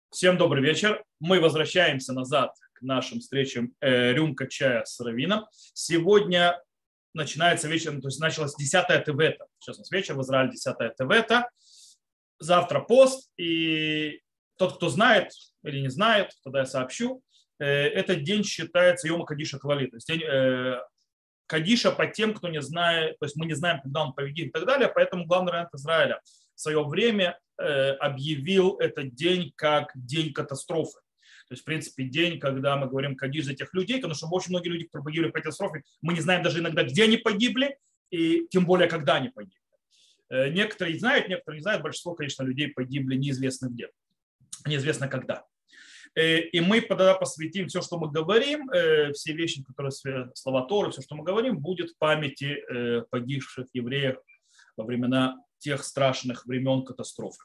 Всем добрый вечер. Мы возвращаемся назад к нашим встречам «Рюмка чая с раввином». Сегодня начинается вечер, то есть началась 10-я Тевета. Сейчас у нас вечер в Израиле, 10-я Тевета. Завтра пост. И тот, кто знает или не знает, тогда я сообщу, этот день считается Йома Кадиша Клали. То есть день Кадиша по тем, кто не знает, то есть мы не знаем, когда он погиб и так далее, поэтому главный раввин Израиля в свое время объявил этот день как день катастрофы. То есть, в принципе, день, когда мы говорим Кадиш за тех людей, потому что очень многие люди, которые погибли в катастрофе, мы не знаем даже иногда, где они погибли, и тем более, когда они погибли. Некоторые знают, некоторые не знают, большинство, конечно, людей погибли неизвестно где, неизвестно когда. И мы тогда посвятим все, что мы говорим, все вещи, которые слова Торы, все, что мы говорим, будет в памяти погибших евреев во времена тех страшных времен катастрофы.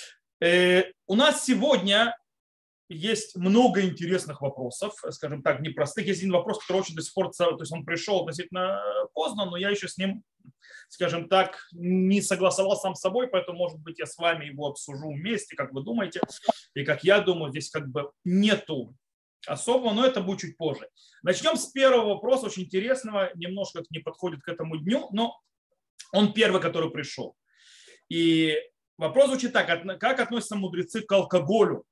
У нас сегодня есть много интересных вопросов, скажем так, непростых. Есть один вопрос, который очень до сих пор, то есть он пришел относительно поздно, но я еще с ним, скажем так, не согласовал сам с собой, поэтому, может быть, я с вами его обсужу вместе, как вы думаете, и как я думаю, здесь как бы нету особого, но это будет чуть позже. Начнем с первого вопроса, очень интересного, немножко не подходит к этому дню, но он первый, который пришел. И вопрос звучит так, как относятся мудрецы к алкоголю?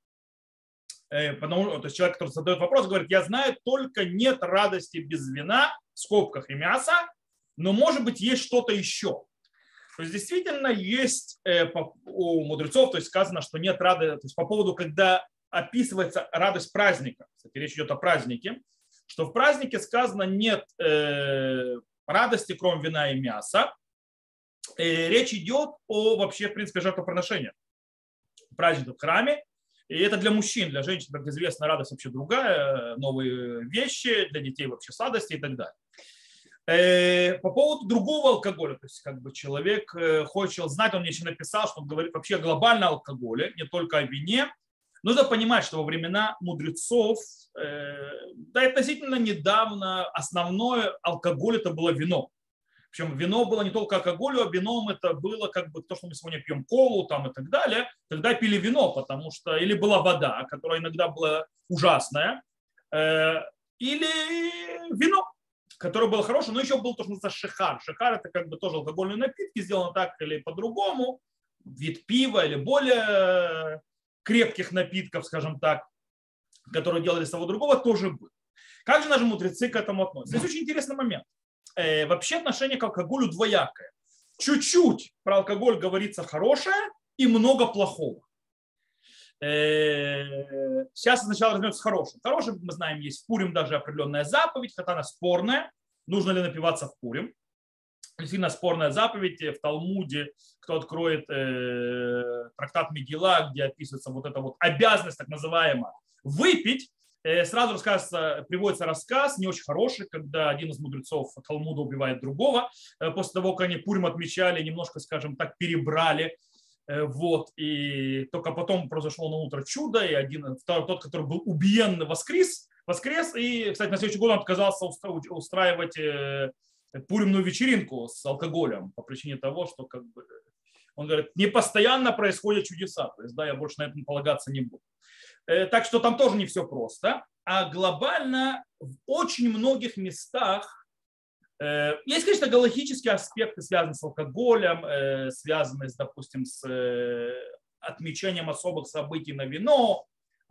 Потому что человек, который задает вопрос, говорит, я знаю, только нет радости без вина, в скобках и мяса, но может быть есть что-то еще. То есть действительно есть у мудрецов, то есть сказано, что нет радости, то есть по поводу, когда описывается радость праздника, кстати, речь идет о празднике, что в празднике сказано нет радости, кроме вина и мяса. Речь идет о вообще, в принципе, жертвоприношении. Праздник в храме. И это для мужчин, для женщин, как известно, радость вообще другая, новые вещи, для детей вообще сладости и так далее. По поводу другого алкоголя, то есть как бы человек хочет знать, он мне еще написал, что он говорит вообще глобально о алкоголе, не только о вине. Нужно понимать, что во времена мудрецов, да и относительно недавно, основное алкоголь это было вино. Причем вино было не только алкоголю, а вином это было как бы то, что мы сегодня пьем колу там и так далее. Тогда пили вино, потому что или была вода, которая иногда была ужасная, или вино, которое было хорошее, но еще был то, что называется шихар. Шихар это как бы тоже алкогольные напитки, сделаны так или по-другому, вид пива или более крепких напитков, скажем так, которые делали с того другого, тоже был. Как же наши мудрецы к этому относятся? Здесь очень интересный момент. Вообще отношение к алкоголю двоякое. Чуть-чуть про алкоголь говорится хорошее и много плохого. Сейчас сначала разберемся с хорошим. Хорошим, мы знаем, есть в Пурим даже определенная заповедь, хотя она спорная. Нужно ли напиваться в Пурим? Действительно спорная заповедь в Талмуде. Кто откроет трактат Мегила, где описывается вот эта вот обязанность, так называемая, выпить. Сразу приводится рассказ, не очень хороший, когда один из мудрецов Талмуда убивает другого. После того, как они Пурим отмечали, немножко, скажем так, перебрали. Вот, и только потом произошло на утро чудо, и второй, тот, который был убиен, воскрес. И, кстати, на следующий год он отказался устраивать пуримную вечеринку с алкоголем по причине того, что как бы, он говорит, не постоянно происходят чудеса. То есть, да, я больше на это полагаться не буду. Так что там тоже не все просто. А глобально в очень многих местах есть, конечно, галактические аспекты, связанные с алкоголем, связанные, допустим, с отмечением особых событий на вино,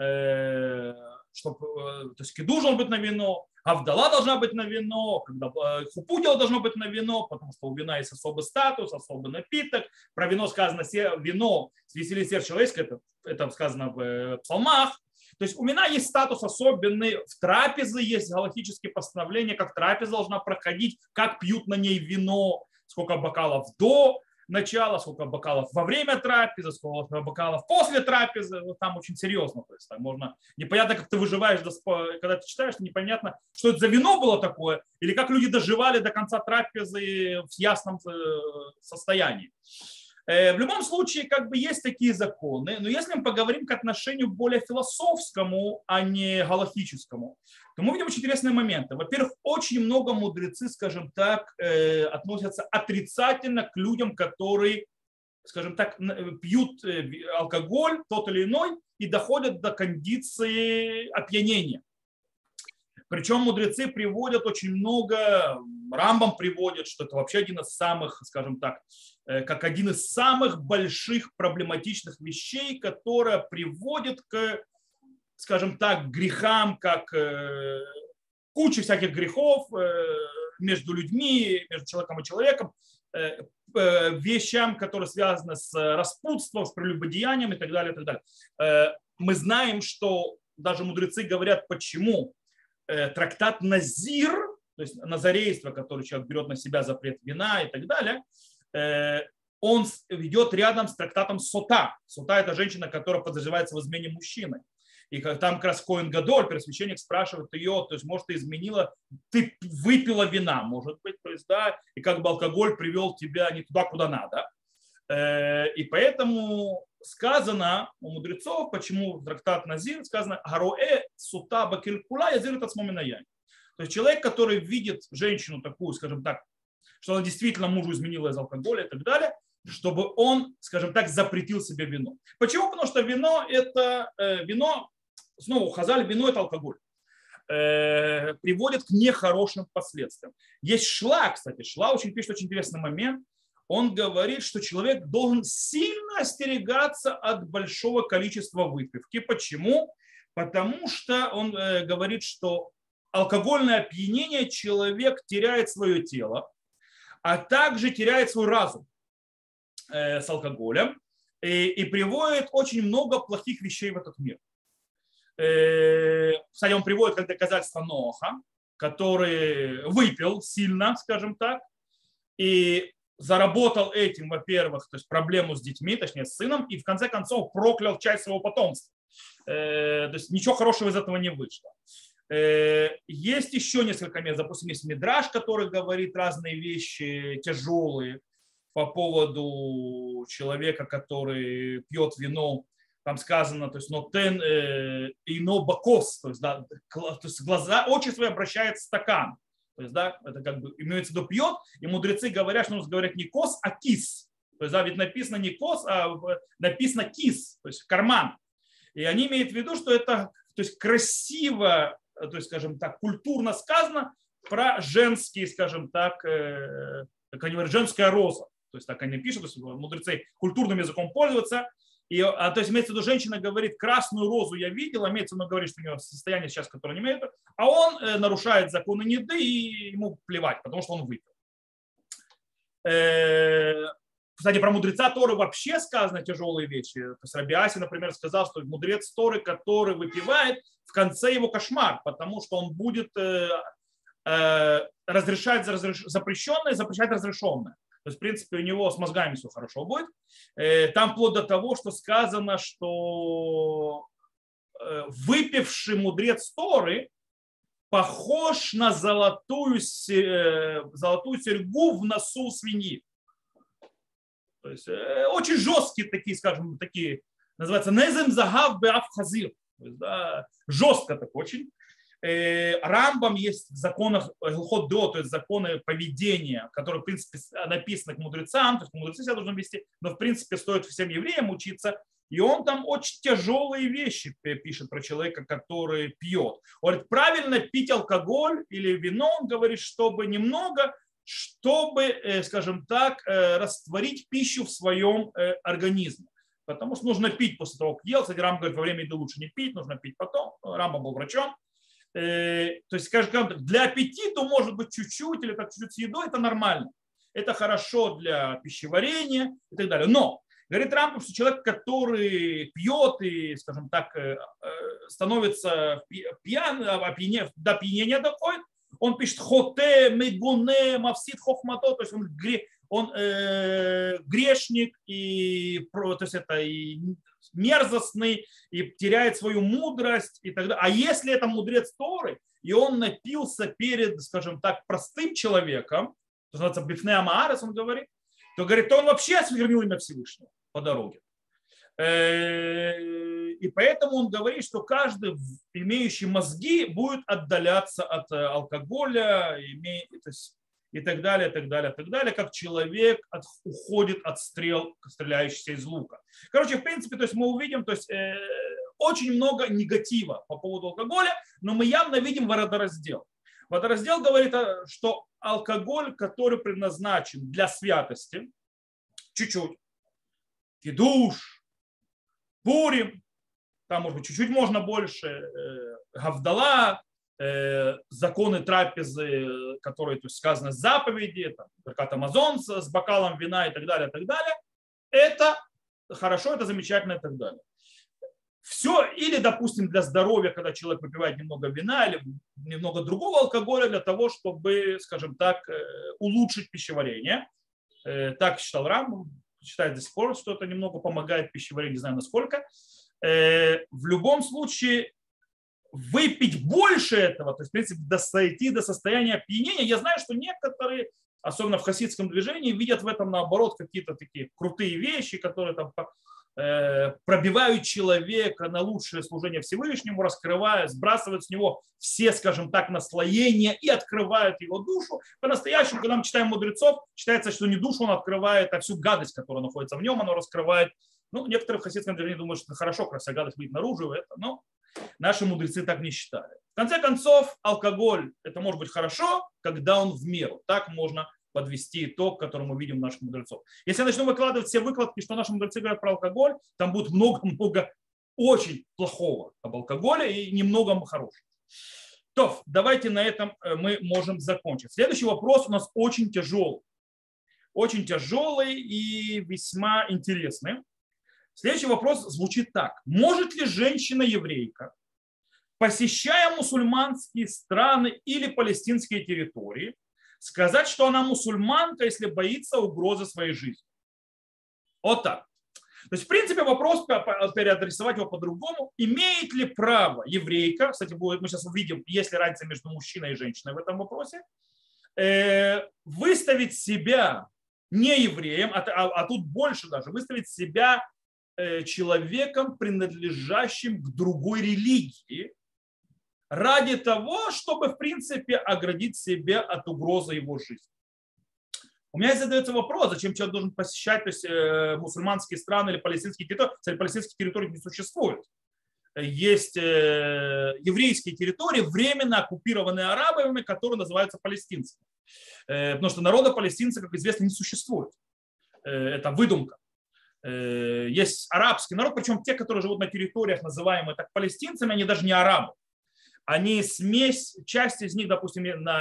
то есть киду должен быть на вино, авдала должна быть на вино, когда хупу дело должно быть на вино, потому что у вина есть особый статус, особый напиток. Про вино сказано, вино свеселит сердце человеческое, это сказано в псалмах. То есть у вина есть статус особенный, в трапезы есть галактические постановления, как трапеза должна проходить, как пьют на ней вино, сколько бокалов до начала, сколько бокалов во время трапезы, сколько бокалов после трапезы. Вот там очень серьезно. То есть там можно... Непонятно, как ты выживаешь, когда ты читаешь, непонятно, что это за вино было такое, или как люди доживали до конца трапезы в ясном состоянии. В любом случае, как бы есть такие законы, но если мы поговорим к отношению более философскому, а не галактическому, то мы видим очень интересные моменты. Во-первых, очень много мудрецы, скажем так, относятся отрицательно к людям, которые скажем так, пьют алкоголь тот или иной и доходят до кондиции опьянения. Причем мудрецы приводят очень много, Рамбам приводит, что это вообще один из самых, скажем так, как один из самых больших проблематичных вещей, которая приводит к, скажем так, грехам, как куче всяких грехов между людьми, между человеком и человеком, вещам, которые связаны с распутством, с прелюбодеянием и так далее, и так далее. Мы знаем, что даже мудрецы говорят, почему трактат Назир, то есть назарейство, который человек берет на себя запрет вина и так далее, он ведет рядом с трактатом Сота. Сота – это женщина, которая подозревается в измене мужчины. И там как раз Коэн Гадоль, первосвященник, спрашивает ее, то есть, может, ты изменила, ты выпила вина, может быть, то есть, да, и как бы алкоголь привел тебя не туда, куда надо. И поэтому сказано у мудрецов, почему трактат Назир сказано «Гароэ сута бакелькула языр тацмомина яй». То есть человек, который видит женщину такую, скажем так, что она действительно мужу изменила из алкоголя и так далее, чтобы он, скажем так, запретил себе вино. Почему? Потому что вино это вино, снова Хазаль, вино это алкоголь. Приводит к нехорошим последствиям. Есть Шла, кстати, Шла очень пишет очень интересный момент. Он говорит, что человек должен сильно остерегаться от большого количества выпивки. Почему? Потому что он говорит, что алкогольное опьянение человек теряет свое тело, а также теряет свой разум с алкоголем и приводит очень много плохих вещей в этот мир. Кстати, он приводит как доказательство Ноаха, который выпил сильно, скажем так, и заработал этим, во-первых, то есть проблему с детьми, точнее с сыном, и в конце концов проклял часть своего потомства. То есть ничего хорошего из этого не вышло. Есть еще несколько мест, допустим, есть Мидраш, который говорит разные вещи тяжелые по поводу человека, который пьет вино. Там сказано, то есть нотен ино бакос, то есть, да, то есть глаза, очи свои обращает в стакан. То есть, да, это как бы имеется в виду пьет, и мудрецы говорят, что нужно говорить не кос, а кис. То есть, да, ведь написано не кос, а написано кис, то есть карман. И они имеют в виду, что это, то есть, красиво, то есть, скажем так, культурно сказано про женские, скажем так, как они говорят, женская роза. То есть так они пишут, то есть мудрецы культурным языком пользуются. И, то есть имеется в виду, женщина говорит, красную розу я видела, имеется в виду, говорит, что у него состояние сейчас, которое не имеет, а он нарушает законы неды, и ему плевать, потому что он выпил. Кстати, про мудреца Торы вообще сказаны тяжелые вещи. То есть Раби Аси, например, сказал, что мудрец Торы, который выпивает, в конце его кошмар, потому что он будет разрешать запрещенное, запрещать разрешенное. То есть, в принципе, у него с мозгами все хорошо будет. Там вплоть до того, что сказано, что выпивший мудрец Торы похож на золотую серьгу в носу свиньи. То есть очень жесткие такие, скажем, такие, называется незем загав беав хазир. Да, жестко так очень. Рамбам есть в законах Хилхот До, то есть законы поведения, которые, в принципе, написаны к мудрецам, то есть мудрецы себя должны вести, но, в принципе, стоит всем евреям учиться. И он там очень тяжелые вещи пишет про человека, который пьет. Он говорит, правильно пить алкоголь или вино, он говорит, чтобы немного, чтобы, скажем так, растворить пищу в своем организме. Потому что нужно пить после того, как ел. Кстати, Рамбам говорит, во время еды лучше не пить, нужно пить потом. Рамбам был врачом. То есть, скажем, для аппетита может быть чуть-чуть или так чуть-чуть с едой, это нормально. Это хорошо для пищеварения и так далее. Но, говорит Рамбам, что человек, который пьет и, скажем так, становится пьян, до опьянения доходит, он пишет хоте, мегуне, мавсид хохмато, то есть он грешник и, то есть это и мерзостный, и теряет свою мудрость и так далее. А если это мудрец Торы, и он напился перед, скажем так, простым человеком, то называется бифне амаарес, он говорит, то говорит, то он вообще осквернил имя Всевышнего по дороге. И поэтому он говорит, что каждый, имеющий мозги, будет отдаляться от алкоголя, то есть и так далее, и так далее, и так далее, как человек уходит от стрел, стреляющихся из лука. Короче, в принципе, то есть мы увидим, то есть, очень много негатива по поводу алкоголя, но мы явно видим водораздел. Водораздел говорит, что алкоголь, который предназначен для святости, чуть-чуть, кидуш, пурим, там, может быть, чуть-чуть можно больше, гавдала, законы трапезы, которые, то есть, сказаны заповеди, Беркат Амазон с бокалом вина и так далее, это хорошо, это замечательно и так далее. Все, или, допустим, для здоровья, когда человек выпивает немного вина или немного другого алкоголя для того, чтобы, скажем так, улучшить пищеварение. Так считал Рамбам, считает до сих пор, что это немного помогает пищеварению, не знаю насколько. В любом случае, выпить больше этого, то есть, в принципе, дойти до состояния опьянения, я знаю, что некоторые, особенно в хасидском движении, видят в этом, наоборот, какие-то такие крутые вещи, которые там пробивают человека на лучшее служение Всевышнему, раскрывают, сбрасывают с него все, скажем так, наслоения и открывают его душу. По-настоящему, когда мы читаем мудрецов, считается, что не душу он открывает, а всю гадость, которая находится в нем, оно раскрывает. Ну, некоторые в хасидском движении думают, что это хорошо, когда вся гадость выйдет наружу, но наши мудрецы так не считали. В конце концов, алкоголь, это может быть хорошо, когда он в меру. Так можно подвести итог, который мы видим у наших мудрецов. Если я начну выкладывать все выкладки, что наши мудрецы говорят про алкоголь, там будет много-много очень плохого об алкоголе и немного хорошего. То, давайте на этом мы можем закончить. Следующий вопрос у нас очень тяжелый. Очень тяжелый и весьма интересный. Следующий вопрос звучит так. Может ли женщина-еврейка, посещая мусульманские страны или палестинские территории, сказать, что она мусульманка, если боится угрозы своей жизни? Вот так. То есть, в принципе, вопрос, переадресовать его по-другому, имеет ли право еврейка, кстати, мы сейчас увидим, есть ли разница между мужчиной и женщиной в этом вопросе, выставить себя не евреем, а тут больше даже, выставить себя человеком, принадлежащим к другой религии, ради того, чтобы, в принципе, оградить себя от угрозы его жизни. У меня задается вопрос, зачем человек должен посещать, то есть, мусульманские страны или палестинские территории. Кстати, палестинских территорий не существует. Есть еврейские территории, временно оккупированные арабами, которые называются палестинцами. Потому что народа палестинца, как известно, не существует. Это выдумка. Есть арабский народ, причем те, которые живут на территориях, называемые так палестинцами, они даже не арабы. Они смесь, часть из них, допустим, на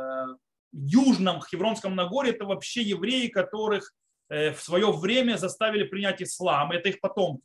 южном Хевронском Нагорье, это вообще евреи, которых в свое время заставили принять ислам, это их потомки.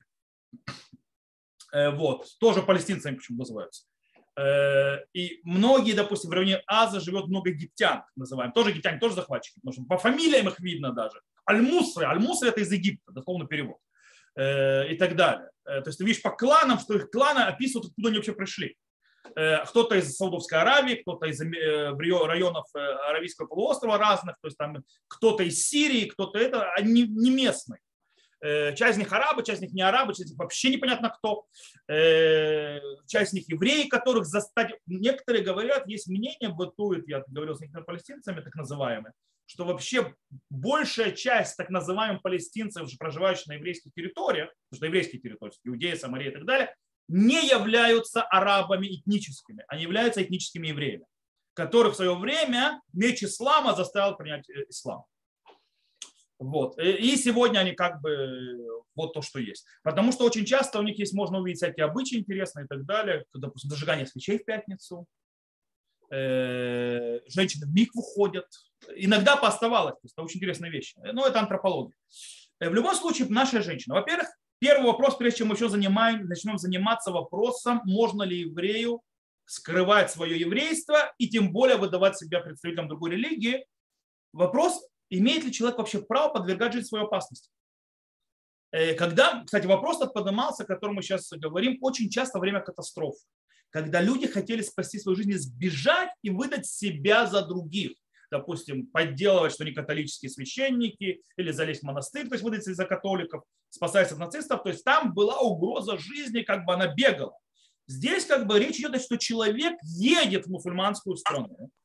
Вот. Тоже палестинцами почему называются. И многие, допустим, в районе Аза живет много египтян, называем. Тоже египтяне, тоже захватчики, потому что по фамилиям их видно даже. Аль-Мусры. Аль-Мусры это из Египта, дословно перевод. И так далее. То есть ты видишь по кланам, что их кланы описывают, откуда они вообще пришли. Кто-то из Саудовской Аравии, кто-то из районов Аравийского полуострова разных, то есть там кто-то из Сирии, кто-то это, они не местные. Часть из них арабы, часть из них не арабы, часть из них вообще непонятно кто. Часть из них евреи, которых застать... Некоторые говорят, есть мнение, бытует, я говорил с некоторыми палестинцами, так называемыми, что вообще большая часть так называемых палестинцев, проживающих на еврейских территориях, потому что еврейские территории, Иудея, Самария и так далее, не являются арабами этническими, они являются этническими евреями, которых в свое время меч ислама заставил принять ислам. Вот. И сегодня они как бы вот то, что есть. Потому что очень часто у них есть, можно увидеть всякие обычаи интересные и так далее. Допустим, зажигание свечей в пятницу. Женщины в микву ходят. Иногда пооставалось. То есть это очень интересная вещь. Но это антропология. В любом случае, наша женщина. Во-первых, первый вопрос, прежде чем мы еще начнем заниматься вопросом, можно ли еврею скрывать свое еврейство и тем более выдавать себя представителям другой религии. Вопрос, имеет ли человек вообще право подвергать жизнь своей опасности? Когда, кстати, вопрос поднимался, о котором мы сейчас говорим, очень часто во время катастроф, когда люди хотели спасти свою жизнь, сбежать и выдать себя за других. Допустим, подделывать, что они католические священники, или залезть в монастырь, то есть выдать себя за католиков, спасаясь от нацистов. То есть там была угроза жизни, как бы она бегала. Здесь как бы речь идет, что человек едет в мусульманскую страну,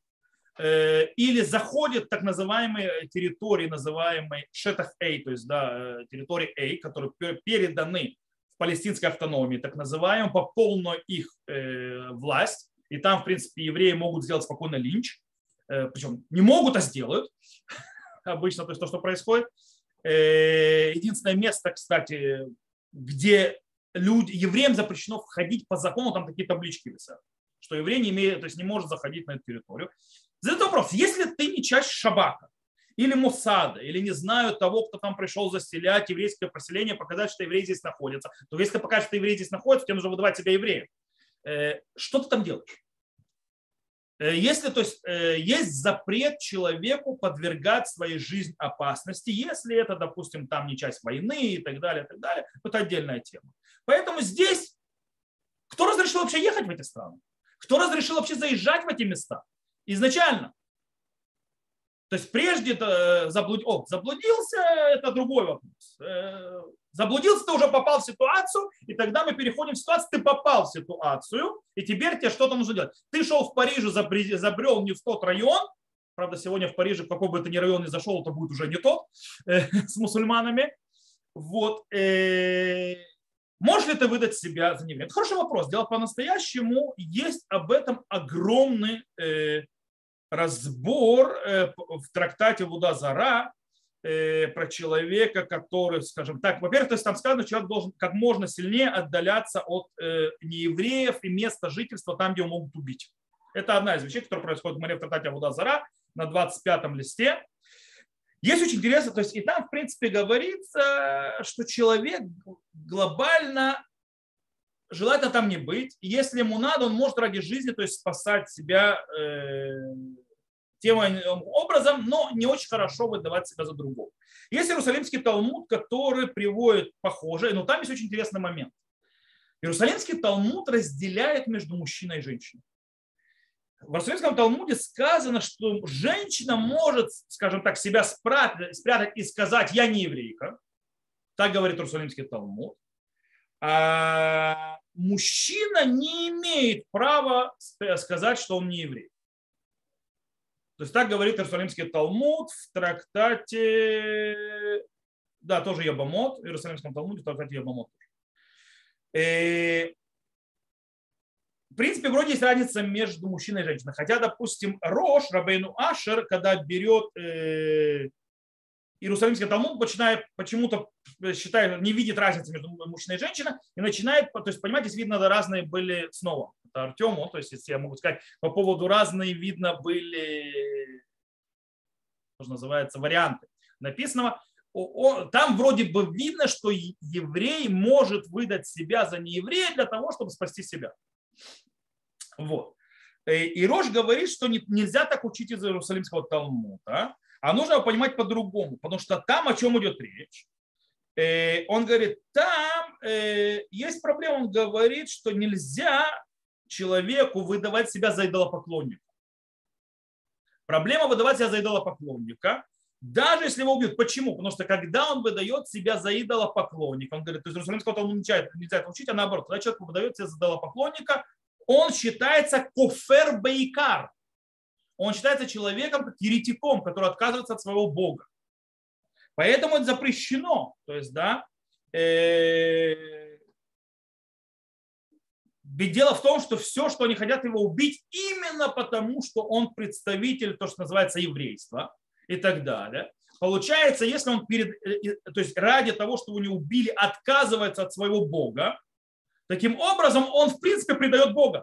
или заходит в так называемые территории, называемые Шетах А, то есть да, территории А, которые переданы в палестинской автономии, так называемым, по полную их власть. И там, в принципе, евреи могут сделать спокойно линч. Причем не могут, а сделают. Обычно то есть то, что происходит. Единственное место, кстати, где евреям запрещено входить по закону, там такие таблички висят, что еврей не имеет, то есть не может заходить на эту территорию. Задает вопрос, если ты не часть Шабака, или Моссада, или не знаю того, кто там пришел заселять еврейское поселение, показать, что еврей здесь находится, то если ты покажешь, что еврей здесь находится, тебе нужно выдавать себя евреем. Что ты там делаешь? Если, то есть, есть запрет человеку подвергать своей жизни опасности, если это, допустим, там не часть войны и так далее, это отдельная тема. Поэтому здесь кто разрешил вообще ехать в эти страны? Кто разрешил вообще заезжать в эти места? Изначально. То есть прежде заблудился, это другой вопрос. Заблудился, ты уже попал в ситуацию, и тогда мы переходим в ситуацию, ты попал в ситуацию, и теперь тебе что-то нужно делать. Ты шел в Париже, забрел не в тот район, правда, сегодня в Париже, в какой бы ты ни район ни зашел, это будет уже не тот, с мусульманами. Вот. Можешь ли ты выдать себя за нееврея? Это хороший вопрос. Дело по-настоящему, есть об этом огромный разбор в трактате Вуда Зара про человека, который, скажем так, во-первых, то есть там сказано, человек должен как можно сильнее отдаляться от неевреев и места жительства там, где его могут убить. Это одна из вещей, которая происходит в трактате Вуда Зара на 25-м листе. Есть очень интересно, то есть и там, в принципе, говорится, что человек глобально желательно там не быть. И если ему надо, он может ради жизни, то есть спасать себя тем образом, но не очень хорошо выдавать себя за другого. Есть Иерусалимский Талмуд, который приводит похожее, но там есть очень интересный момент. Иерусалимский Талмуд разделяет между мужчиной и женщиной. В Иерусалимском Талмуде сказано, что женщина может, скажем так, себя спрятать и сказать «я не еврейка». Так говорит Иерусалимский Талмуд. А мужчина не имеет права сказать, что он не еврей. То есть так говорит Иерусалимский Талмуд в трактате, да, тоже Ябамот, в Иерусалимском Талмуде в трактате Ябамот. В принципе, вроде есть разница между мужчиной и женщиной. Хотя, допустим, Рош, Рабейну Ашер, когда берет Иерусалимский Талмуд, почему-то считает, не видит разницы между мужчиной и женщиной, и начинает, то есть, понимаете, видно, разные были снова. Это Артему, то есть, если я могу сказать, по поводу разные, видно, были, что называется, варианты написанного. Там вроде бы видно, что еврей может выдать себя за нееврея для того, чтобы спасти себя. Вот. И Рош говорит, что нельзя так учить из Иерусалимского Талмуда, а нужно понимать по-другому, потому что там о чем идет речь. Он говорит, там есть проблема, он говорит, что нельзя человеку выдавать себя за идолопоклонника. Проблема выдавать себя за идолопоклонника, даже если его убьют. Почему? Потому что когда он выдает себя за идолопоклонника, он говорит, то есть Иерусалимского Талмуда нельзя это учить, а наоборот, когда человек выдает себя за идолопоклонника, он считается кофер бейкар. Он считается человеком, еретиком, который отказывается от своего Бога. Поэтому это запрещено. То есть, да, ведь дело в том, что все, что они хотят его убить, именно потому, что он представитель, то, что называется еврейство и так далее. Получается, если он то есть ради того, чтобы его убили, отказывается от своего Бога, таким образом он, в принципе, предает Бога.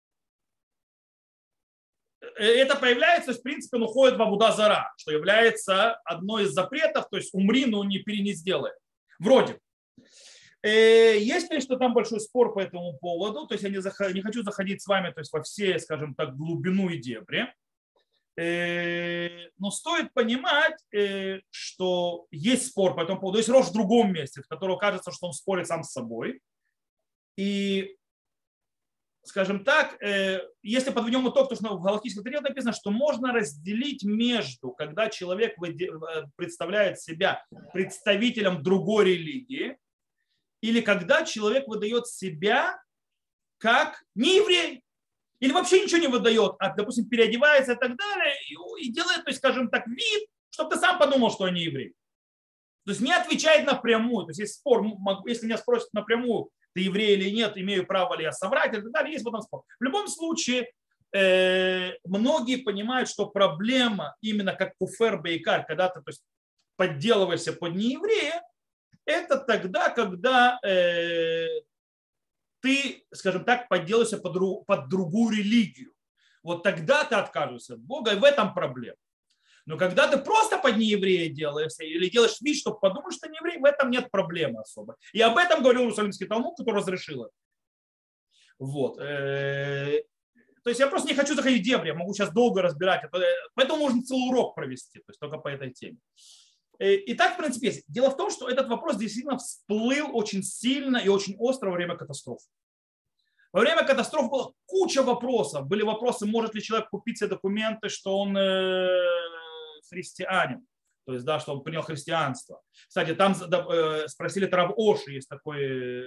Это появляется, то есть, в принципе, он уходит в Авуда Зара, что является одной из запретов, то есть умри, но не сделай. Вроде. Есть, конечно, там большой спор по этому поводу, то есть я не хочу заходить с вами, то есть во все, скажем так, глубину и дебри. Но стоит понимать, что есть спор по этому поводу. Есть Рош в другом месте, в котором кажется, что он спорит сам с собой. И, скажем так, если подведем итог, то что в галактическом трактате написано, что можно разделить между, когда человек представляет себя представителем другой религии, или когда человек выдает себя как нееврей. Или вообще ничего не выдает, а, допустим, переодевается и так далее, и делает, то есть, скажем так, вид, чтобы ты сам подумал, что они евреи. То есть не отвечает напрямую. То есть есть спор, если меня спросят напрямую, ты еврей или нет, имею право ли я соврать и так далее, есть в этом спор. В любом случае, многие понимают, что проблема именно как куфер бейкар, когда ты, то есть, подделываешься под нееврея, это тогда, когда ты, скажем так, подделаешься под другую религию. Вот тогда ты откажешься от Бога, и в этом проблема. Но когда ты просто под нееврея делаешься или делаешь вид, чтобы подумать, что не еврей, в этом нет проблемы особо. И об этом говорил Иерусалимский Талмуд, который разрешил это. Вот. То есть я просто не хочу заходить в дебри, я могу сейчас долго разбирать это, поэтому можно целый урок провести, то есть только по этой теме. И так, в принципе, есть. Дело в том, что этот вопрос действительно всплыл очень сильно и очень остро во время катастрофы. Во время катастроф была куча вопросов. Были вопросы, может ли человек купить себе документы, что он христианин, то есть, да, что он принял христианство. Кстати, там спросили Рав Оши, есть такой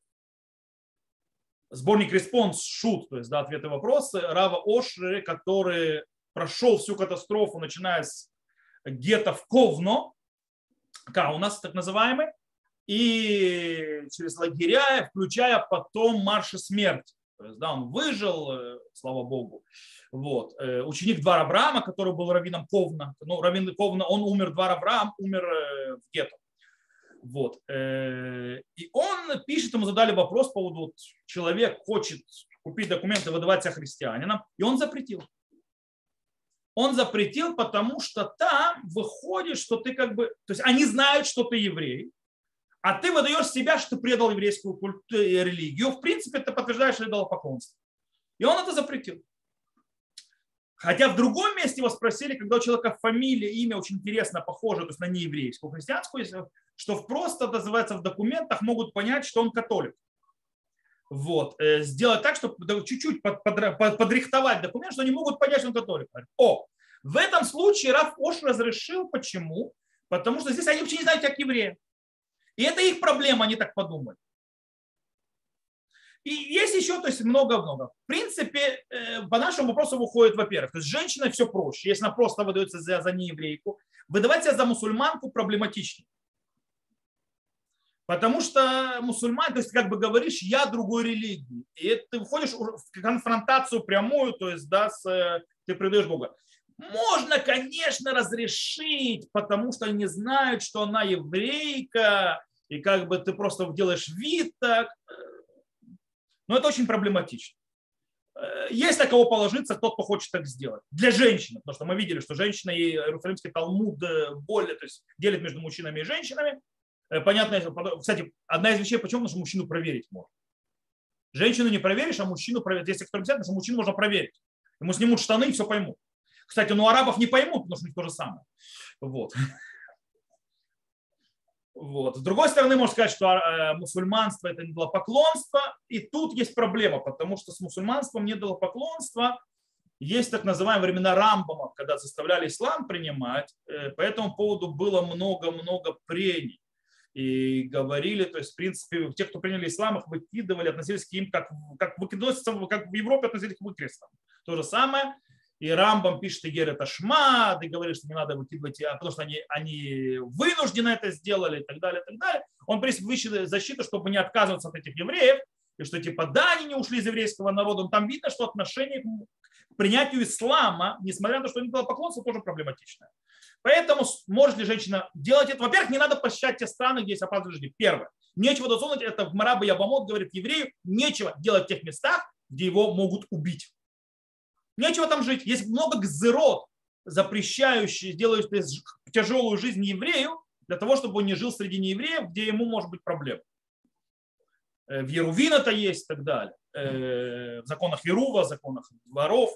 сборник респонс, шут, то есть, да, ответы и вопросы. Рава Оши, который прошел всю катастрофу, начиная с гетто в Ковно, Каунас, так называемый, и через лагеря, включая потом марши смерти. То есть, да, он выжил, слава Богу. Вот. Ученик Двара Авраама, который был раввином Ковна. Ну, раввин Ковна, он умер, Двар Авраам умер в гетто. Вот. И он пишет, ему задали вопрос по поводу, человек хочет купить документы, выдавать себя христианином, и он запретил. Он запретил, потому что там выходит, что ты как бы... То есть они знают, что ты еврей, а ты выдаешь себя, что ты предал еврейскую религию. В принципе, ты подтверждаешь идолопоклонство. И он это запретил. Хотя в другом месте его спросили, когда у человека фамилия, имя очень интересно похоже, то есть на нееврейскую, христианскую, что просто называется в документах могут понять, что он католик. Вот. Сделать так, чтобы чуть-чуть подрихтовать документ, что они могут понять, что он католик. В этом случае Рав Ош разрешил. Почему? Потому что здесь они вообще не знают, как евреи. И это их проблема, они так подумали. И есть еще, то есть много-много. В принципе, по нашему вопросу выходит, во-первых, то есть женщина все проще. Если она просто выдается за нееврейку, выдавать себя за мусульманку проблематичнее. Потому что мусульман, то есть как бы говоришь, я другой религии. И ты входишь в конфронтацию прямую, то есть да, ты предаешь Бога. Можно, конечно, разрешить, потому что они знают, что она еврейка, и как бы ты просто делаешь вид так. Но это очень проблематично. Есть на кого положиться, тот, кто хочет так сделать. Для женщины, потому что мы видели, что женщина и Иерусалимский Талмуд более, то есть делит между мужчинами и женщинами. Понятно, кстати, одна из вещей, почему? Потому что мужчину проверить можно. Женщину не проверишь, а мужчину проверить. Если кто-то взять, потому что мужчину можно проверить. Ему снимут штаны и все поймут. Кстати, ну арабов не поймут, потому что у них то же самое. Вот. Вот. С другой стороны, можно сказать, что мусульманство – это идолопоклонство. И тут есть проблема, потому что с мусульманством не идолопоклонство. Есть так называемые времена Рамбама, когда заставляли ислам принимать. По этому поводу было много-много прений. И говорили, то есть, в принципе, те, кто приняли ислам, их выкидывали, относились к ним, как в Европе относились к выкрестам. То же самое. И Рамбам пишет, Игер это шмад, и говорит, что не надо выкидывать, потому что они вынуждены это сделали, и так далее, и так далее. Он приносит защиту, чтобы не отказываться от этих евреев, и что типа да, они не ушли из еврейского народа, но там видно, что отношение к принятию ислама, несмотря на то, что они идолопоклонство, тоже проблематичное. Поэтому может ли женщина делать это? Во-первых, не надо посещать те страны, где есть опасность жизни. Первое. Нечего досунуть, это в Мараба Ябамот говорит еврею, нечего делать в тех местах, где его могут убить. Нечего там жить. Есть много гзерот, запрещающих, делающих тяжелую жизнь еврею, для того, чтобы он не жил среди неевреев, где ему может быть проблема. В Ерувин это есть и так далее. В законах Ерува, в законах дворов.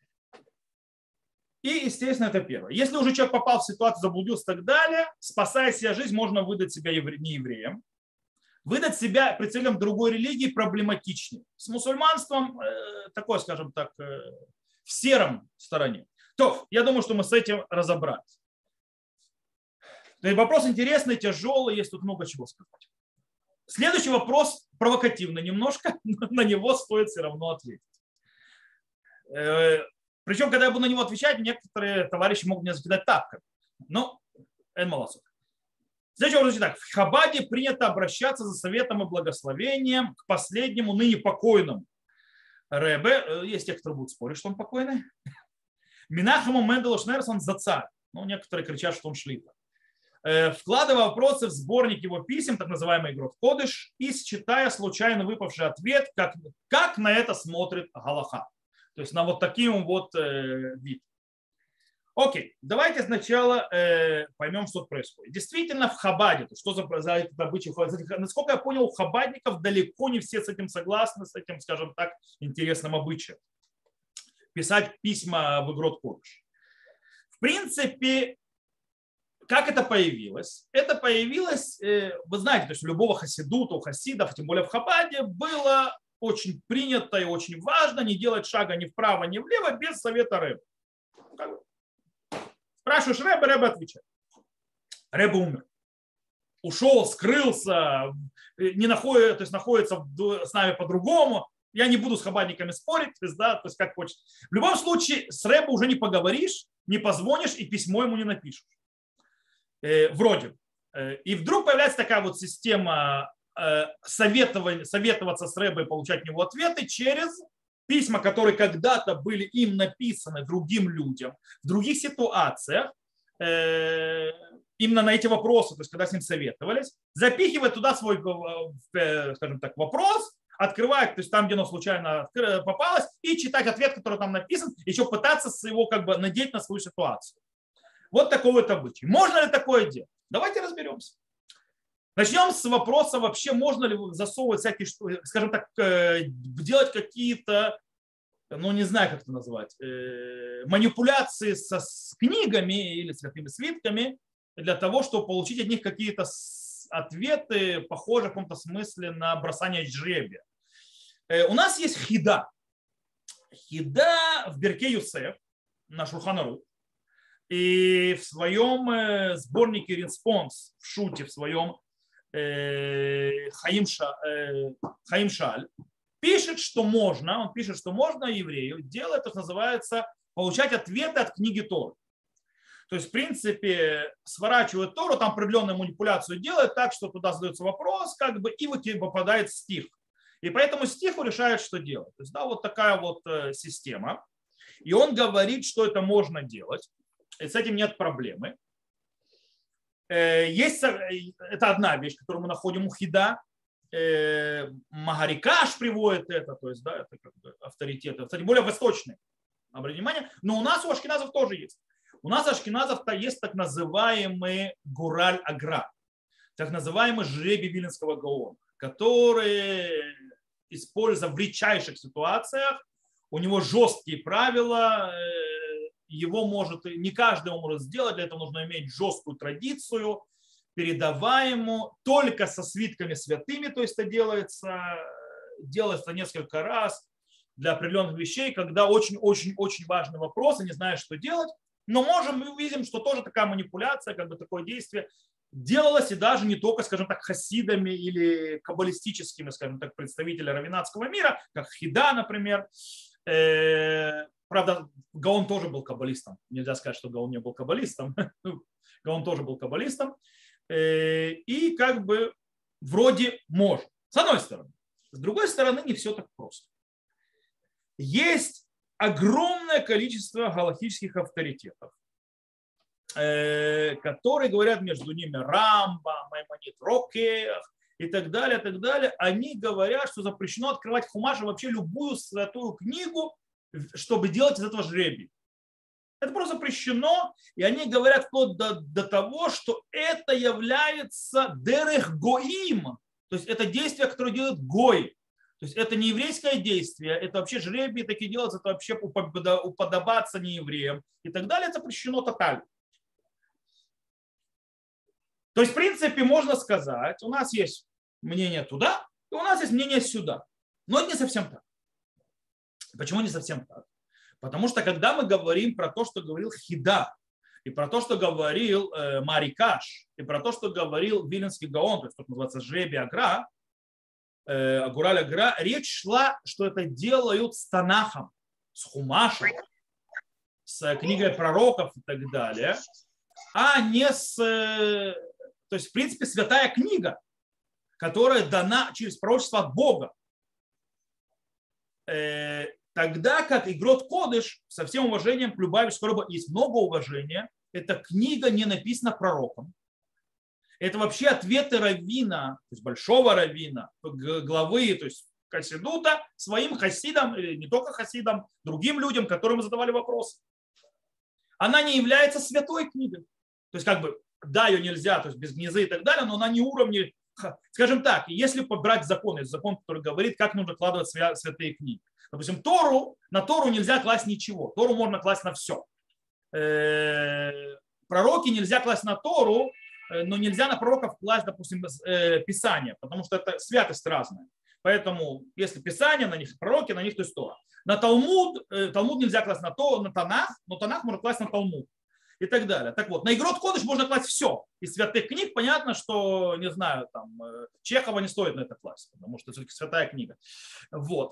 И, естественно, это первое. Если уже человек попал в ситуацию, заблудился и так далее, спасая себя жизнь, можно выдать себя неевреем. Выдать себя представителям другой религии проблематичнее. С мусульманством такое, скажем так, в сером стороне. То, я думаю, что мы с этим разобрались. Вопрос интересный, тяжелый, есть тут много чего сказать. Следующий вопрос провокативный немножко, но на него стоит все равно ответить. Причем, когда я буду на него отвечать, некоторые товарищи могут меня закидать тапками. Но это молодцы. Следующий вопрос. Так. В Хабаде принято обращаться за советом и благословением к последнему ныне покойному Ребе. Есть те, кто будут спорить, что он покойный. Минахему Менделу Шнерсон за царь. Ну, некоторые кричат, что он шлита. Вкладывая вопросы в сборник его писем, так называемый Игрот Кодыш, и считая случайно выпавший ответ, как на это смотрит Галаха. То есть на вот таким вот вид. Окей, давайте сначала поймем, что происходит. Действительно, в Хабаде, что за этот обычай, насколько я понял, у хабадников далеко не все с этим согласны, с этим, скажем так, интересным обычаем. Писать письма в Игрот Кодыш. В принципе, как это появилось? Это появилось, вы знаете, то есть у любого хасидута, у хасидов, тем более в Хабаде, было очень принято и очень важно не делать шага ни вправо, ни влево без совета Ребе. Спрашиваешь Ребе, Ребе отвечает. Ребе умер. Ушел, скрылся, не находится, то есть находится с нами по-другому. Я не буду с хабадниками спорить, то есть, да, то есть как хочешь. В любом случае с Ребе уже не поговоришь, не позвонишь и письмо ему не напишешь. Вроде. И вдруг появляется такая вот система советоваться с Ребе и получать от него ответы через письма, которые когда-то были им написаны другим людям в других ситуациях, именно на эти вопросы, то есть когда с ним советовались, запихивать туда свой, скажем так, вопрос, открывать, то есть там, где оно случайно попалось, и читать ответ, который там написан, еще пытаться его как бы надеть на свою ситуацию. Вот такой вот обычай. Можно ли такое делать? Давайте разберемся. Начнем с вопроса, вообще можно ли засовывать всякие, скажем так, делать какие-то, ну не знаю, как это назвать, манипуляции с книгами или с какими свитками для того, чтобы получить от них какие-то ответы, похожие в каком-то смысле на бросание жребия. У нас есть хида. Хида в Берке Юсеф, на Шулхан Арух. И в своем сборнике «Респонс», в шуте, в своем Хаим Шаль, пишет, что можно, он пишет, что можно еврею делать, то, что называется, получать ответы от книги Торы. То есть, в принципе, сворачивает Тору, там определенную манипуляцию делает так, что туда задается вопрос, как бы, и вот попадает стих. И поэтому стиху решает, что делать. То есть, да, вот такая вот система. И он говорит, что это можно делать. И с этим нет проблемы. Есть, это одна вещь, которую мы находим у Хида. Магарикаш приводит это, то есть, да, это как бы авторитеты, кстати, более восточные, обратите внимание, но у нас у ашкеназов тоже есть. У нас у ашкеназов-то есть так называемый Гураль-Агра, так называемый жребий Виленского Гаона, который используется в редчайших ситуациях, у него жесткие правила, его может, не каждый его может сделать, для этого нужно иметь жесткую традицию, передаваемую только со свитками святыми, то есть это делается несколько раз для определенных вещей, когда очень-очень-очень важный вопрос, и не знаешь, что делать, но мы увидим, что тоже такая манипуляция, как бы такое действие делалось, и даже не только, скажем так, хасидами или каббалистическими, скажем так, представителями раввинатского мира, как Хида, например. Правда, Гаон тоже был каббалистом. Нельзя сказать, что Гаон не был каббалистом. Гаон тоже был каббалистом. И как бы вроде может. С одной стороны. С другой стороны, не все так просто. Есть огромное количество галахических авторитетов, которые говорят между ними Рамба, Маймонид, Рокеах и так далее, так далее. Они говорят, что запрещено открывать хумаш и вообще любую святую книгу, чтобы делать из этого жребий. Это просто запрещено, и они говорят вплоть до того, что это является дерех гоим, то есть это действие, которое делает гой. То есть это не еврейское действие, это вообще жребий такие делаются, это вообще уподобаться неевреям и так далее, это запрещено тотально. То есть, в принципе, можно сказать, у нас есть мнение туда, и у нас есть мнение сюда. Но это не совсем так. Почему не совсем так? Потому что когда мы говорим про то, что говорил Хида, и про то, что говорил Марикаш, и про то, что говорил Виленский Гаон, то есть, как называется, жребий Агураль Агра, речь шла, что это делают с Танахом. с Хумашем, с книгой пророков и так далее, а не с... То есть, в принципе, святая книга, которая дана через пророчество от Бога. Тогда как Игрот Кодыш, со всем уважением к Любавичу Скороба, есть много уважения, эта книга не написана пророком. Это вообще ответы раввина, то есть большого раввина, главы, то есть хасидута, своим хасидам, или не только хасидам, другим людям, которым задавали вопросы. Она не является святой книгой. То есть как бы, да, ее нельзя, то есть без гнезы и так далее, но она не уровня, скажем так, если побрать закон, есть закон, который говорит, как нужно кладывать святые книги. Допустим, на Тору нельзя класть ничего, Тору можно класть на все. Пророки нельзя класть на Тору, но нельзя на пророков класть, допустим, Писание, потому что это святость разная. Поэтому, если Писание, на них пророки, на них то есть Тора. На Талмуд нельзя класть на Танах, но Танах можно класть на Талмуд и так далее. Так вот, на Игрот Кодыш можно класть все. Из святых книг понятно, что, не знаю, там, Чехова не стоит на это класть, потому что это все-таки святая книга. Вот.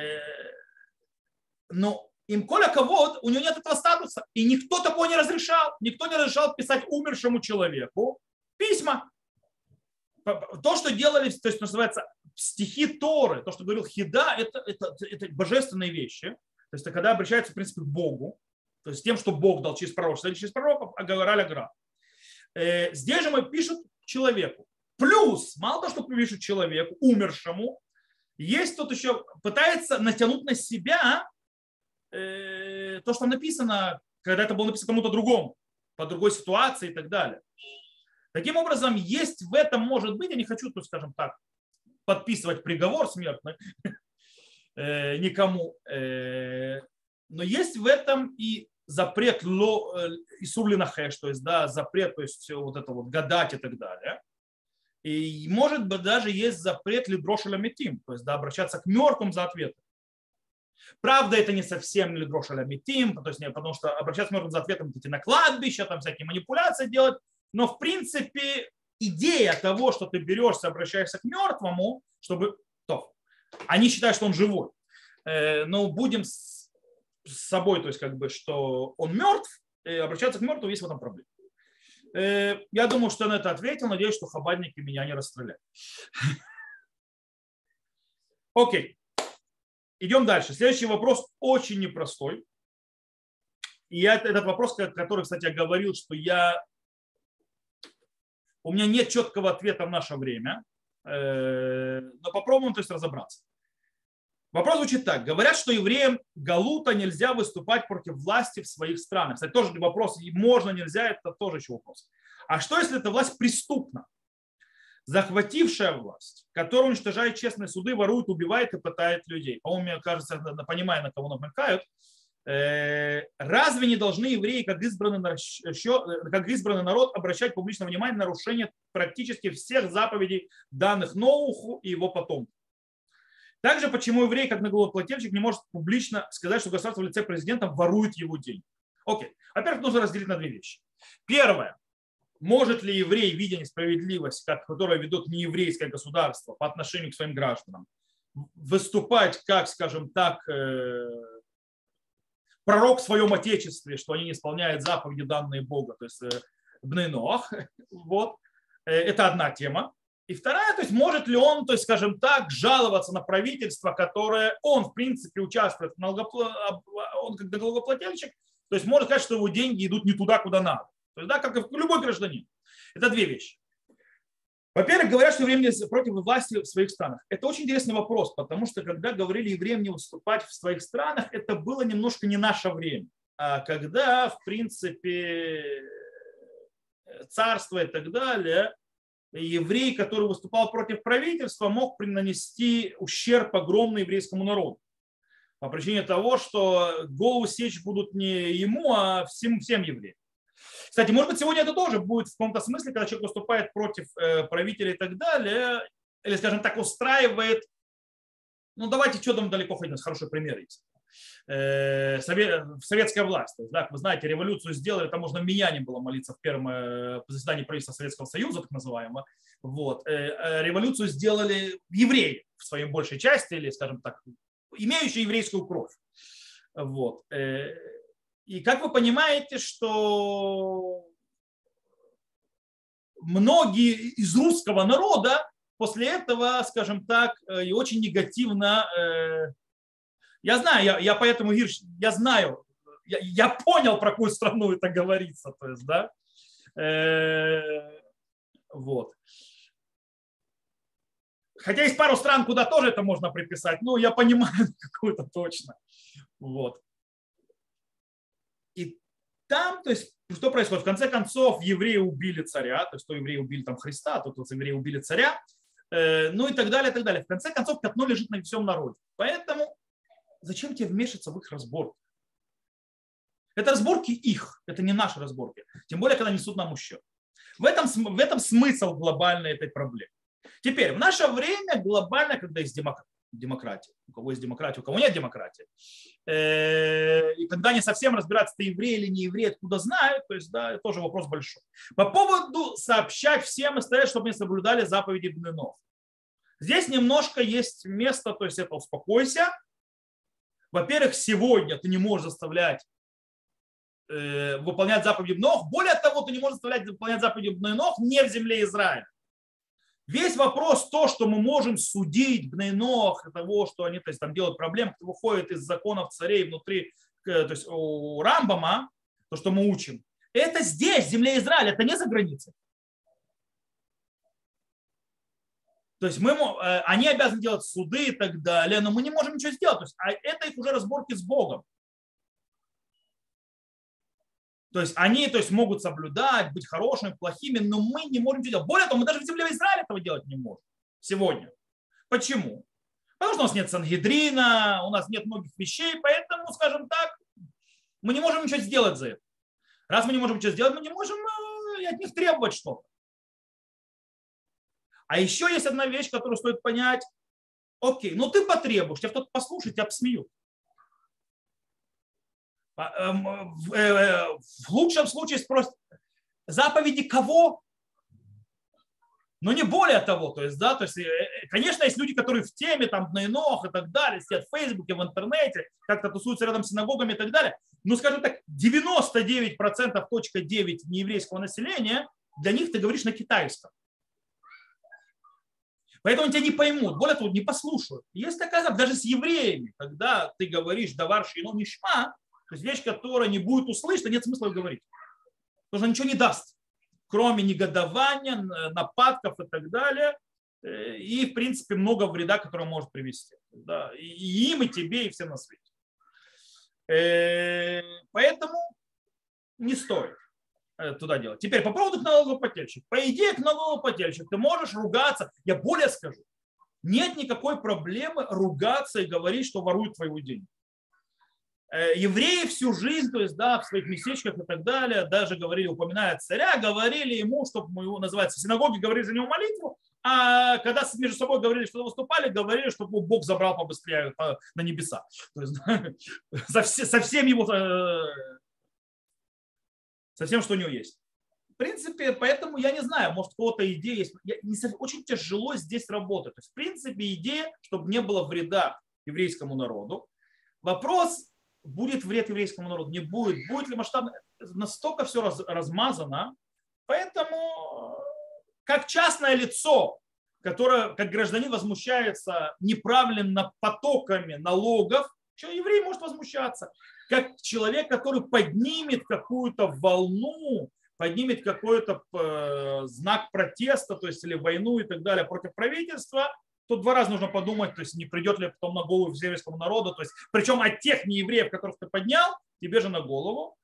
Но им коля кого у него нет этого статуса. И никто такого не разрешал. Никто не разрешал писать умершему человеку письма. То, что делали, то есть, называется, стихи Торы, то, что говорил Хида, это божественные вещи. То есть, это когда обращаются, в принципе, к Богу. То есть, тем, что Бог дал через пророчество или через пророков, агараля-гра. Здесь же мы пишут человеку. Плюс, мало того, что пишут человеку, умершему, есть кто-то еще пытается натянуть на себя то, что написано, когда это было написано кому-то другому, по другой ситуации и так далее. Таким образом, есть в этом, может быть, я не хочу, скажем так, подписывать приговор смертный никому, но есть в этом и запрет исур линахеш, то есть, да, запрет, то есть все вот это вот гадать и так далее. И может быть даже есть запрет лидрош ламитим, то есть, да, обращаться к мертвым за ответом. Правда, это не совсем лидрош ламитим, то есть, потому что обращаться к мертвым за ответом, идти на кладбище, там всякие манипуляции делать. Но, в принципе, идея того, что ты берешься, обращаешься к мертвому, чтобы... Они считают, что он живой. Но будем с собой, то есть, как бы, что он мертв, и обращаться к мертвому, есть в этом проблема. Я думаю, что я на это ответил. Надеюсь, что хабадники меня не расстреляют. Окей. Идем дальше. Следующий вопрос очень непростой. И этот вопрос, который, кстати, я говорил, что у меня нет четкого ответа в наше время, но попробуем, то есть, разобраться. Вопрос звучит так. Говорят, что евреям галута нельзя выступать против власти в своих странах. Кстати, тоже вопрос, можно, нельзя, это тоже еще вопрос. А что, если эта власть преступна? Захватившая власть, которая уничтожает честные суды, ворует, убивает и пытает людей. По-моему, мне кажется, понимая, на кого намекают. Разве не должны евреи, как избранный народ, обращать публичное внимание на нарушение практически всех заповедей, данных Ноуху и его потомкам? Также, почему еврей, как налогоплательщик, не может публично сказать, что государство в лице президента ворует его деньги? Окей. Во-первых, нужно разделить на две вещи. Первое. Может ли еврей, видя несправедливость, которую ведут нееврейское государство по отношению к своим гражданам, выступать как, скажем так, пророк в своем отечестве, что они не исполняют заповеди, данные Бога, то есть Бней Ноах. Вот. Это одна тема. И вторая, то есть может ли он, то есть, скажем так, жаловаться на правительство, которое он, в принципе, участвует, он как налогоплательщик, то есть может сказать, что его деньги идут не туда, куда надо. То есть, да, как и любой гражданин. Это две вещи. Во-первых, говорят, что евреи против власти в своих странах. Это очень интересный вопрос, потому что когда говорили евреям не выступать в своих странах, это было немножко не наше время. А когда, в принципе, царство и так далее, еврей, который выступал против правительства, мог нанести ущерб огромный еврейскому народу. По причине того, что голову сечь будут не ему, а всем евреям. Кстати, может быть, сегодня это тоже будет в каком-то смысле, когда человек выступает против правителя и так далее, или, скажем так, устраивает, ну давайте, что там далеко ходить, у нас хороший пример есть. Советская власть. То есть, да, вы знаете, революцию сделали, там можно меня не было молиться в первом заседании правительства Советского Союза, так называемого. Вот. Революцию сделали евреи в своей большей части, или, скажем так, имеющие еврейскую кровь. Вот. И как вы понимаете, что многие из русского народа после этого, скажем так, и очень негативно. Я знаю, я поэтому, Гирш, я знаю, я понял, про какую страну это говорится. То есть, да, вот. Хотя есть пару стран, куда тоже это можно приписать, но я понимаю какую-то точно. Вот. И там, то есть, что происходит? В конце концов, евреи убили царя, то есть, то евреи убили там Христа, то евреи убили царя, ну и так далее, и так далее. В конце концов, пятно лежит на всем народе. Поэтому зачем тебе вмешиваться в их разборки? Это разборки их, это не наши разборки. Тем более, когда несут нам ущерб. В этом смысл глобальной этой проблемы. Теперь, в наше время глобально, когда есть демократия, у кого есть демократия, у кого нет демократии, и когда они совсем разбираются, ты еврей или не еврей, откуда знают, то есть, да, это тоже вопрос большой. По поводу сообщать всем и стоять, чтобы они соблюдали заповеди Бненов. Здесь немножко есть место, то есть это успокойся. Во-первых, сегодня ты не можешь заставлять выполнять заповеди Бненов. Более того, ты не можешь заставлять выполнять заповеди Бненов не в земле Израиля. Весь вопрос то, что мы можем судить Бней-Нох, того, что они, то есть, там делают проблемы, кто выходит из законов царей внутри, то есть у Рамбама, то, что мы учим, это здесь, в земле Израиля, это не за границей. То есть они обязаны делать суды и так далее, но мы не можем ничего сделать. То есть, это их уже разборки с Богом. То есть они, то есть, могут соблюдать, быть хорошими, плохими, но мы не можем ничего делать. Более того, мы даже в земле Израиля этого делать не можем сегодня. Почему? Потому что у нас нет Сангедрина, у нас нет многих вещей, поэтому, скажем так, мы не можем ничего сделать за это. Раз мы не можем ничего сделать, мы не можем от них требовать что-то. А еще есть одна вещь, которую стоит понять. Окей, ну ты потребуешь, тебя кто-то послушает, тебя обсмеют. В лучшем случае спросят, заповеди кого? Но не более того. То есть, да, то есть, конечно, есть люди, которые в теме, там, Бней-Нох и так далее, сидят в Фейсбуке, в интернете, как-то тусуются рядом с синагогами и так далее. Но, скажем так, 99,9% нееврейского населения, для них ты говоришь на китайском. Поэтому они тебя не поймут, более того, не послушают. Есть такая, даже с евреями, когда ты говоришь «давар шейно нишма», то есть вещь, которая не будет услышана, нет смысла говорить. Потому что она ничего не даст, кроме негодования, нападков и так далее. И, в принципе, много вреда, которое может привести. Да, и им, и тебе, и всем на свете. Поэтому не стоит туда делать. Теперь по поводу налогоплательщика. По идее, к налогоплательщику ты можешь ругаться. Я более скажу. Нет никакой проблемы ругаться и говорить, что воруют твои деньги. Евреи всю жизнь, то есть, да, в своих местечках и так далее, даже говорили, упоминая царя, говорили ему, чтобы мы его, называется, в синагоге говорили за него молитву, а когда между собой говорили, что выступали, говорили, чтобы Бог забрал побыстрее на небеса. То есть, со всем его, со всем, что у него есть. В принципе, поэтому я не знаю, может, у кого-то идея есть. Очень тяжело здесь работать. То есть, в принципе, идея, чтобы не было вреда еврейскому народу. Вопрос, будет вред еврейскому народу, не будет. Будет ли масштабно? Настолько все размазано. Поэтому, как частное лицо, которое, как гражданин, возмущается неправильно потоками налогов, что еврей может возмущаться. Как человек, который поднимет какую-то волну, поднимет какой-то знак протеста, то есть или войну и так далее против правительства, тут два раза нужно подумать, то есть не придет ли потом на голову еврейскому народу, то есть причем от тех неевреев, которых ты поднял, тебе же на голову.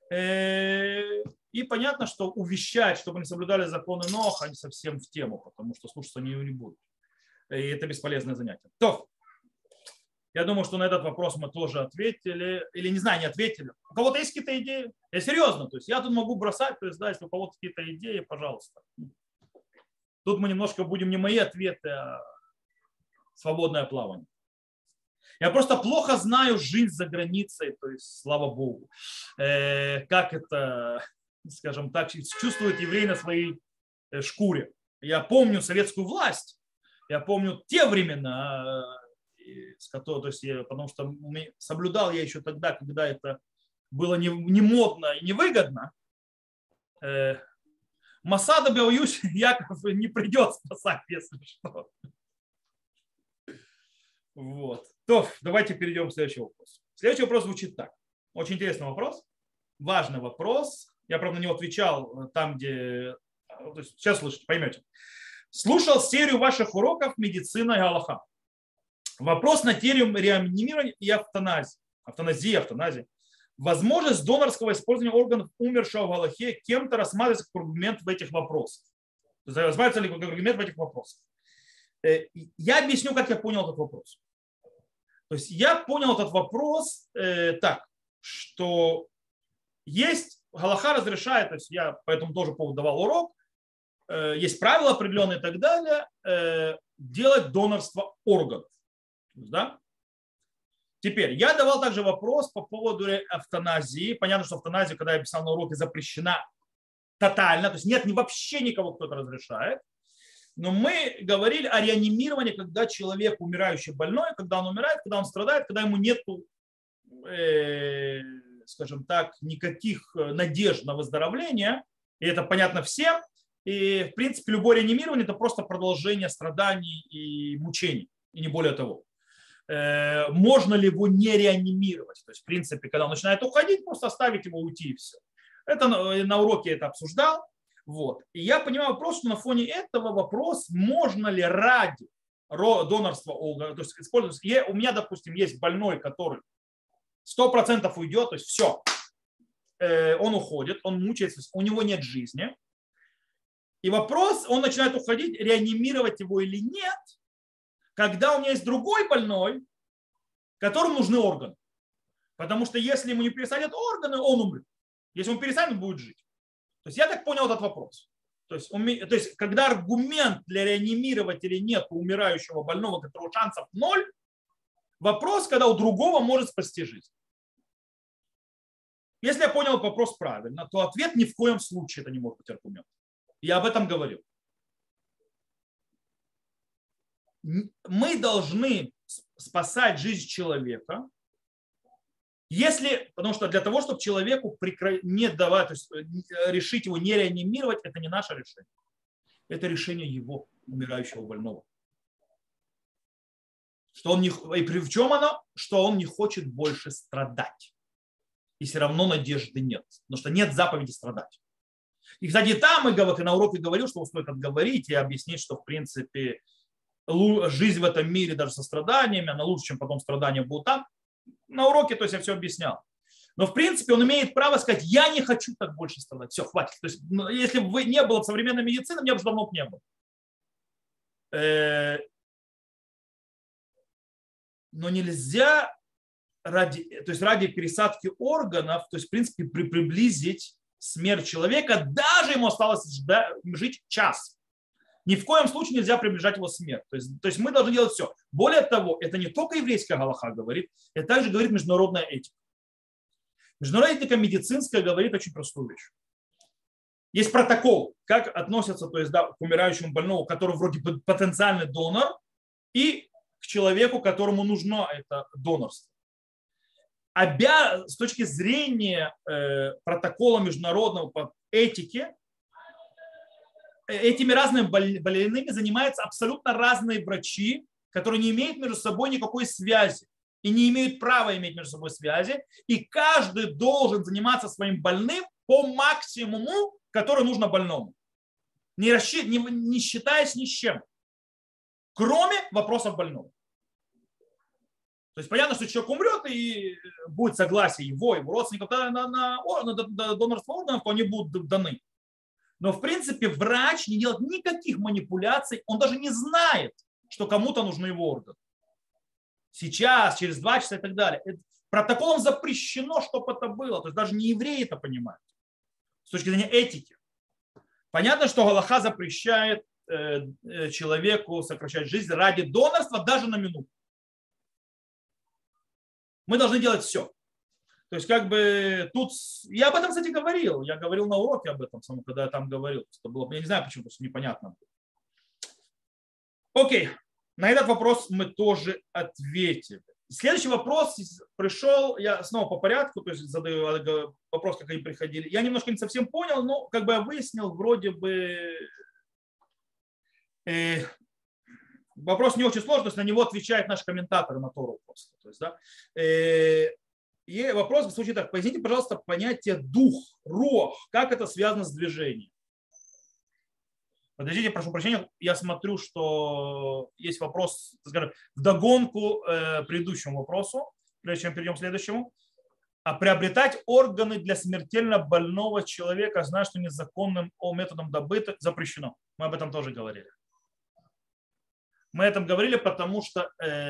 И понятно, что увещать, чтобы они соблюдали законы Ноха, они совсем в тему, потому что слушаться они не будут. И это бесполезное занятие. То, я думаю, что на этот вопрос мы тоже ответили. Или не знаю, не ответили. У кого-то есть какие-то идеи? Я серьезно. То есть я тут могу бросать, то есть, да, если у кого-то какие-то идеи, пожалуйста. Тут мы немножко будем не мои ответы, а свободное плавание. Я просто плохо знаю жизнь за границей, то есть, слава Богу, как это, скажем так, чувствует еврей на своей шкуре. Я помню советскую власть, я помню те времена, то есть потому что соблюдал я еще тогда, когда это было не модно и невыгодно, Масада, боюсь, Яков не придет спасать, если что. Вот. То, давайте перейдем к следующему вопросу. Следующий вопрос звучит так. Очень интересный вопрос, важный вопрос. Я, правда, на него отвечал там, где... То есть сейчас слышите, поймете. Слушал серию ваших уроков «Медицина и Галаха». Вопрос на тему реанимирования и эвтаназии. Возможность донорского использования органов умершего в Галахе кем-то рассматривается как аргумент в этих вопросах. Рассматривается ли как аргумент в этих вопросах? Я объясню, как я понял этот вопрос. То есть я понял этот вопрос так, что есть, Галаха разрешает, то есть я по этому тоже поводу давал урок, есть правила определенные и так далее, делать донорство органов. Да? Теперь, я давал также вопрос по поводу эвтаназии. Понятно, что эвтаназия, когда я писал на уроке, запрещена тотально, то есть нет вообще никого, кто это разрешает. Но мы говорили о реанимировании, когда человек умирающий, больной, когда он умирает, когда он страдает, когда ему нет, скажем так, никаких надежд на выздоровление. И это понятно всем. И, в принципе, любое реанимирование – это просто продолжение страданий и мучений, и не более того. Можно ли его не реанимировать? То есть, в принципе, когда он начинает уходить, просто оставить его уйти и все. Это на уроке это обсуждал. Вот. И я понимаю вопрос, что на фоне этого вопрос, можно ли ради донорства, то есть использовать, у меня, допустим, есть больной, который 100% уйдет, то есть все, он уходит, он мучается, у него нет жизни. И вопрос, он начинает уходить, реанимировать его или нет, когда у меня есть другой больной, которому нужны органы. Потому что если ему не пересадят органы, он умрет. Если он пересадит, он будет жить. То есть я так понял этот вопрос. То есть когда аргумент для реанимировать или нет у умирающего больного, которого шансов 0, вопрос, когда у другого может спасти жизнь. Если я понял вопрос правильно, то ответ ни в коем случае это не может быть аргумент. Я об этом говорил. Мы должны спасать жизнь человека, потому что для того, чтобы человеку не давать, то есть решить его не реанимировать, это не наше решение. Это решение его, умирающего больного. И в чем оно? Что он не хочет больше страдать. И все равно надежды нет. Потому что нет заповеди страдать. И, кстати, там и на уроке говорил, что стоит отговорить и объяснить, что, в принципе, жизнь в этом мире даже со страданиями, она лучше, чем потом страдания будут там. На уроке, то есть я все объяснял. Но в принципе он имеет право сказать, я не хочу так больше страдать. Все, хватит. То есть если бы не было современной медицины, мне бы давно не было. Но нельзя ради пересадки органов, то есть в принципе приблизить смерть человека, даже ему осталось жить час. Ни в коем случае нельзя приближать его смерть. То есть мы должны делать все. Более того, это не только еврейская галаха говорит, это также говорит международная этика. Международная этика медицинская говорит очень простую вещь. Есть протокол, как относятся к умирающему больному, который вроде бы потенциальный донор, и к человеку, которому нужно это донорство. С точки зрения протокола международного по этике, этими разными больными занимаются абсолютно разные врачи, которые не имеют между собой никакой связи и не имеют права иметь между собой связи. И каждый должен заниматься своим больным по максимуму, который нужно больному, не считаясь ни с чем, кроме вопросов больного. То есть понятно, что человек умрет и будет согласие его родственников на донорство органов, то они будут даны. Но, в принципе, врач не делает никаких манипуляций, он даже не знает, что кому-то нужны его органы. Сейчас, через 2 часа и так далее. Протоколом запрещено, чтобы это было. То есть даже не евреи это понимают. С точки зрения этики. Понятно, что галаха запрещает человеку сокращать жизнь ради донорства даже на минуту. Мы должны делать все. То есть, как бы тут, я об этом, кстати, говорил. Я говорил на уроке об этом, когда я там говорил. Это было, я не знаю, почему, просто непонятно. Окей. На этот вопрос мы тоже ответили. Следующий вопрос пришел, я снова по порядку, то есть задаю вопрос, как они приходили. Я немножко не совсем понял, но как бы я выяснил, вроде бы вопрос не очень сложный, то есть на него отвечает наш комментатор на Тору просто. То есть, да, и вопрос звучит так: поясните, пожалуйста, понятие дух, руах, как это связано с движением. Подождите, прошу прощения, я смотрю, что есть вопрос, скажем, вдогонку предыдущему вопросу, прежде чем перейдем к следующему. А приобретать органы для смертельно больного человека, зная, что незаконным методом добыто, запрещено. Мы об этом тоже говорили. Мы об этом говорили, потому что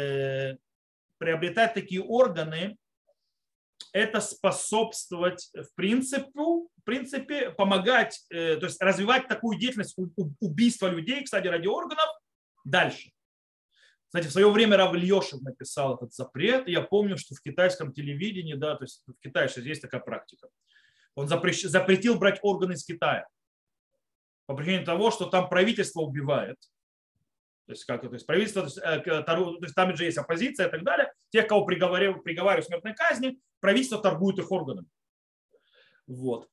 приобретать такие органы, это способствовать в принципе помогать, то есть развивать такую деятельность убийства людей, кстати, ради органов, дальше. Кстати, в свое время Рав Ильёшев написал этот запрет. И я помню, что в китайском телевидении, да, то есть в Китае сейчас есть такая практика. Он запретил брать органы из Китая по причине того, что там правительство убивает. То есть, как, то есть правительство, то есть там же есть оппозиция и так далее. Тех, кого приговаривают к смертной казни, правительство торгует их органами. Вот.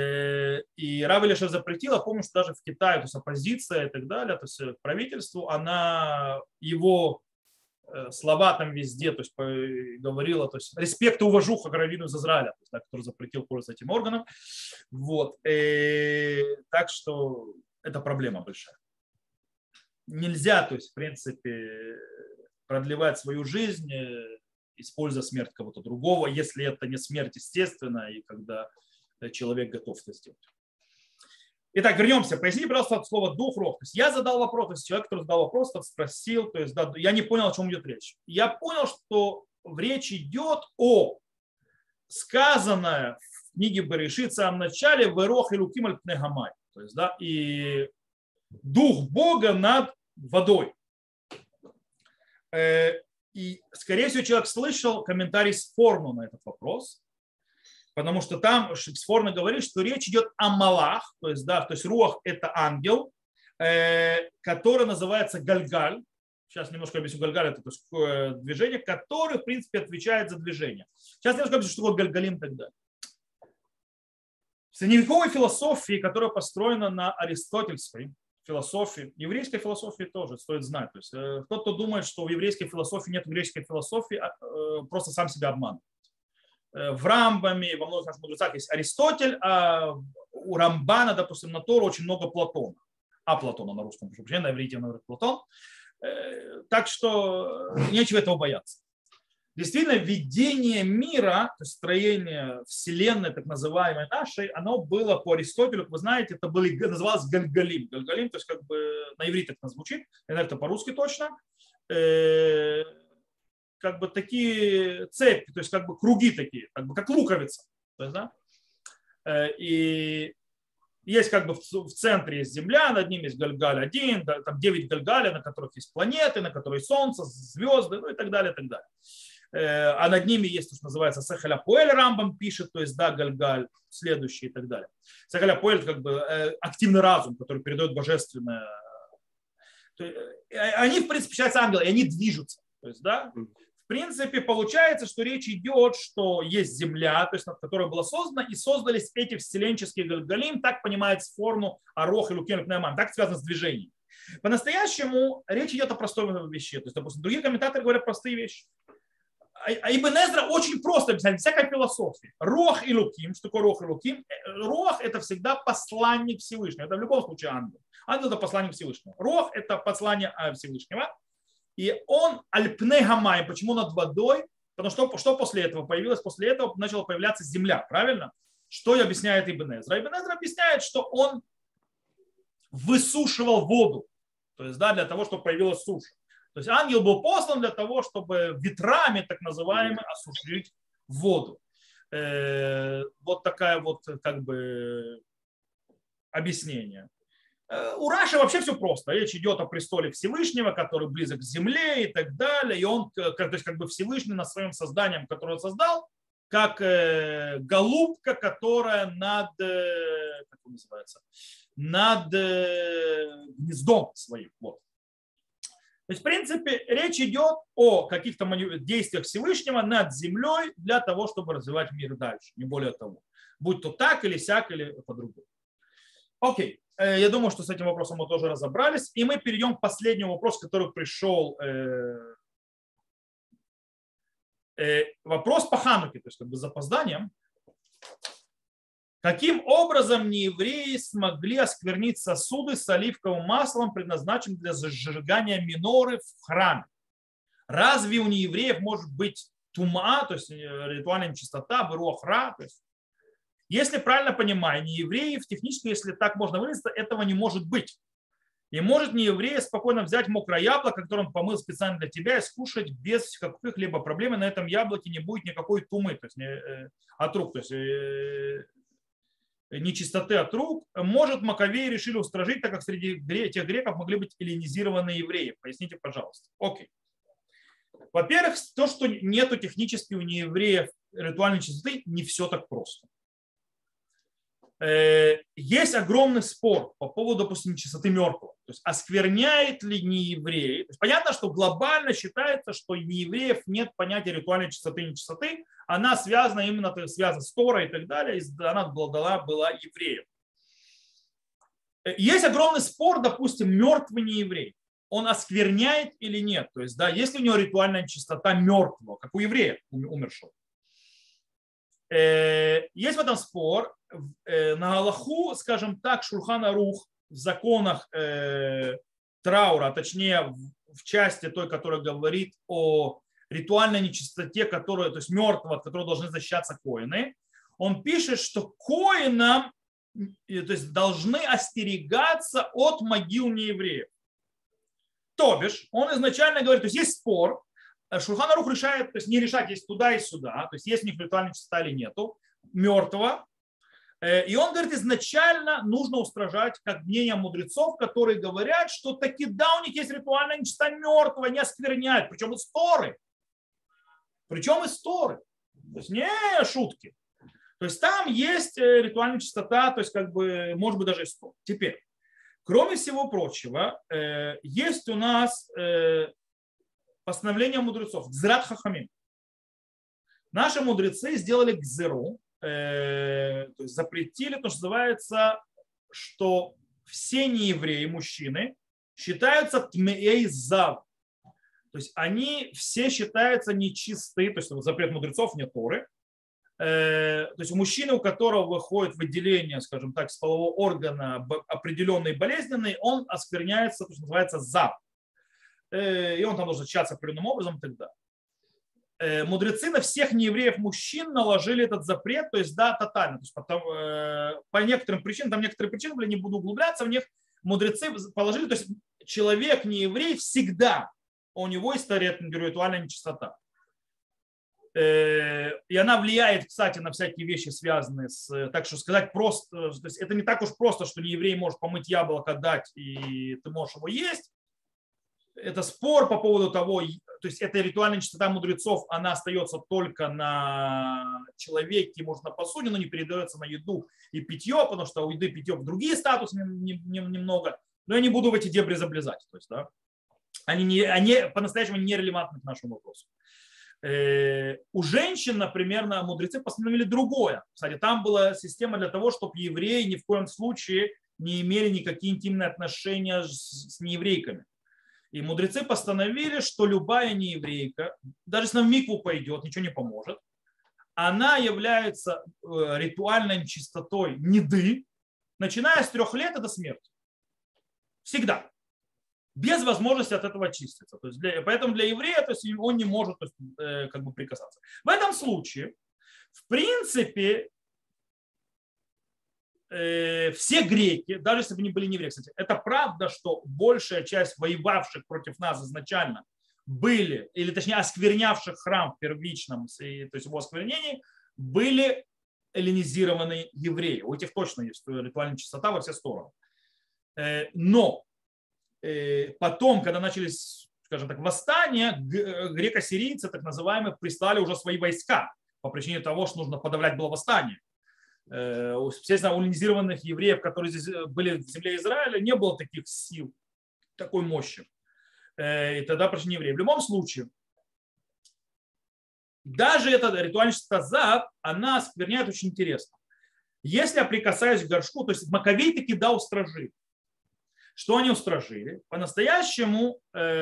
И Рав Ильёшев запретил, я помню, что даже в Китае, то есть оппозиция и так далее, то есть правительству, она его слова там везде, то есть говорила, то есть респект и уважуха к раввину из Израиля, то есть, да, который запретил пользоваться этим органом. Вот. Так что это проблема большая. Нельзя, то есть, в принципе, продлевать свою жизнь, используя смерть кого-то другого, если это не смерть естественная, и когда человек готов это сделать. Итак, вернемся. Поясните, пожалуйста, от слова дух, рох. То есть я задал вопрос, то есть человек, который задал вопрос, тот спросил, то есть да, я не понял, о чем идет речь. Я понял, что речь идет о сказанное в книге Берешит в самом начале «Верох и луким аль пней гамай». То есть, да, и дух Бога над водой. И, скорее всего, человек слышал комментарий Сфорну на этот вопрос, потому что там Сфорна говорит, что речь идет о малах, то есть, да, то есть руах – это ангел, который называется Гальгаль. Сейчас немножко объясню. Гальгаль – это движение, которое, в принципе, отвечает за движение. Сейчас немножко объясню, что такое Гальгалим и так далее. В средневековой философии, которая построена на аристотельской философии, еврейской философии тоже стоит знать. То есть кто-то думает, что в еврейской философии нет греческой философии, просто сам себя обманывает. В Рамбаме, во многих наших мудрецах есть Аристотель, а у Рамбана, допустим, на Тору очень много Платона. А Платона на русском, прошу прощения, на иврите говорит Платон. Так что нечего этого бояться. Действительно, видение мира, то есть строение Вселенной, так называемой нашей, оно было по Аристотелю, как вы знаете, это называлось Гальгалим. Гальгалим, то есть как бы на иврите это звучит, это по-русски точно. Как бы такие цепи, то есть как бы круги такие, как бы как луковица. То есть, да? И есть как бы в центре есть Земля, над ним есть Гальгаль-1, там 9 Гальгалей, на которых есть планеты, на которых Солнце, звезды, ну и так далее, и так далее. А над ними есть то, что называется Сехаля-Пуэль, Рамбам пишет, то есть да, Гальгаль, следующий и так далее. Сехаля-Пуэль как бы активный разум, который передает божественное. Они, в принципе, считаются ангелы, и они движутся. То есть, да, в принципе, получается, что речь идет, что есть Земля, то есть, над которой была создана, и создались эти вселенческие Гальгалим, так понимает форму Арох и Луким Пнеаман, так связано с движением. По-настоящему речь идет о простой вещи. То есть, допустим, другие комментаторы говорят простые вещи. А Ибн Эзра очень просто описать, всякой философии. Рох и Луким, что такое Рох и Луким? Рох – это всегда посланник Всевышнего. Это в любом случае ангел. Ангел – это посланник Всевышнего. Рох – это послание Всевышнего. И он аль-пней гамай. Почему над водой? Потому что после этого появилось? После этого начала появляться земля. Правильно? Что объясняет Ибн Эзра? Ибн Эзра объясняет, что он высушивал воду. То есть, да, для того, чтобы появилась суша. То есть ангел был послан для того, чтобы ветрами, так называемыми, осушить воду. Вот такая вот как бы объяснение. У Раши вообще все просто. Речь идет о престоле Всевышнего, который близок к земле и так далее. И он, то есть как бы Всевышний над своим созданием, которое он создал, как голубка, которая над, как он называется, над гнездом своим. Вот. То есть, в принципе, речь идет о каких-то действиях Всевышнего над землей для того, чтобы развивать мир дальше, не более того. Будь то так или сяк, или по-другому. Окей, я думаю, что с этим вопросом мы тоже разобрались. И мы перейдем к последнему вопросу, который пришел. Вопрос по Хануке, то есть как бы с запозданием. Каким образом неевреи смогли осквернить сосуды с оливковым маслом, предназначенным для зажигания миноры в храме? Разве у неевреев может быть тума, то есть ритуальная нечистота, беруахра? То есть, если правильно понимаю, неевреев технически, если так можно выразить, этого не может быть. И может нееврей спокойно взять мокрое яблоко, которое он помыл специально для тебя, и скушать без каких-либо проблем, и на этом яблоке не будет никакой тумы, то есть от рук, то есть нечистоты от рук. Может, Маковеи решили устражить, так как среди тех греков могли быть эллинизированные евреи. Поясните, пожалуйста. Окей. Во-первых, то, что нету технически у неевреев ритуальной чистоты, не все так просто. Есть огромный спор по поводу, допустим, чистоты мертвого. То есть оскверняет ли неевреи. То есть понятно, что глобально считается, что у неевреев нет понятия ритуальной чистоты и нечистоты. Она связана именно связана с Торой и так далее. И она была евреем. Есть огромный спор, допустим, мертвый нееврей. Он оскверняет или нет. То есть, да, есть ли у него ритуальная чистота мертвого, как у еврея умершего. Есть в этом спор. На Галаху, скажем так, Шулхан Арух в законах траура, а точнее в части той, которая говорит о ритуальной нечистоте, которая, то есть мертвого, от которого должны защищаться коины, он пишет, что коинам, то есть должны остерегаться от могил неевреев. То бишь, он изначально говорит, то есть есть спор, Шулхан Арух решает, то есть не решать, есть туда и сюда, то есть есть у них ритуальная чистота или нету, мертвого. И он говорит, изначально нужно устражать, как мнение мудрецов, которые говорят, что таки да, у них есть ритуальная нечистота мертвого, не оскверняют, причем из Торы. Причем из Торы. То есть не шутки. То есть там есть ритуальная чистота, то есть как бы, может быть, даже из Торы. Теперь, кроме всего прочего, есть у нас постановление мудрецов, гзерат хахамим. Наши мудрецы сделали гзеру, то есть запретили то, что называется, что все неевреи, мужчины, считаются тмеей зав. То есть они все считаются нечисты, то есть запрет мудрецов, не Торы. То есть у мужчины, у которого выходит выделение, скажем так, с полового органа определенный болезненный, он оскверняется, то, что называется зав. И он там должен очищаться определенным образом и так далее. Мудрецы на всех неевреев мужчин наложили этот запрет, то есть да, тотально. То есть потом, по некоторым причинам, там некоторые причины были, не буду углубляться в них, мудрецы положили, то есть человек нееврей всегда, у него есть ритуальная нечистота. И она влияет, кстати, на всякие вещи, связанные с, так что сказать, просто, то есть это не так уж просто, что нееврей может помыть яблоко, дать, и ты можешь его есть. Это спор по поводу того, то есть эта ритуальная чистота мудрецов, она остается только на человеке, может на посуде, но не передается на еду и питье, потому что у еды и питье другие статусы немного. Но я не буду в эти дебри заблизать. То есть, да, они по-настоящему нерелевантны к нашему вопросу. У женщин, например, мудрецы постановили другое. Кстати, там была система для того, чтобы евреи ни в коем случае не имели никакие интимные отношения с нееврейками. И мудрецы постановили, что любая нееврейка, даже если она в микву пойдет, ничего не поможет, она является ритуальной чистотой неды, начиная с 3 лет до смерти. Всегда. Без возможности от этого очиститься. То есть поэтому для еврея то есть он не может то есть, как бы прикасаться. В этом случае, в принципе, все греки, даже если бы они были не евреи, кстати, это правда, что большая часть воевавших против нас изначально были, или точнее осквернявших храм в первичном, то есть его осквернении, были эллинизированные евреи. У этих точно есть ритуальная чистота во все стороны. Но потом, когда начались, скажем так, восстания, греко-сирийцы, так называемые, прислали уже свои войска по причине того, что нужно подавлять было восстание. Естественно, у эллинизированных евреев, которые здесь были в земле Израиля, не было таких сил, такой мощи. И тогда пришли евреи. В любом случае, даже эта ритуальная чистота зад, она скверняет очень интересно. Если я прикасаюсь к горшку, то есть Маковей таки да устражили. Что они устражили? По-настоящему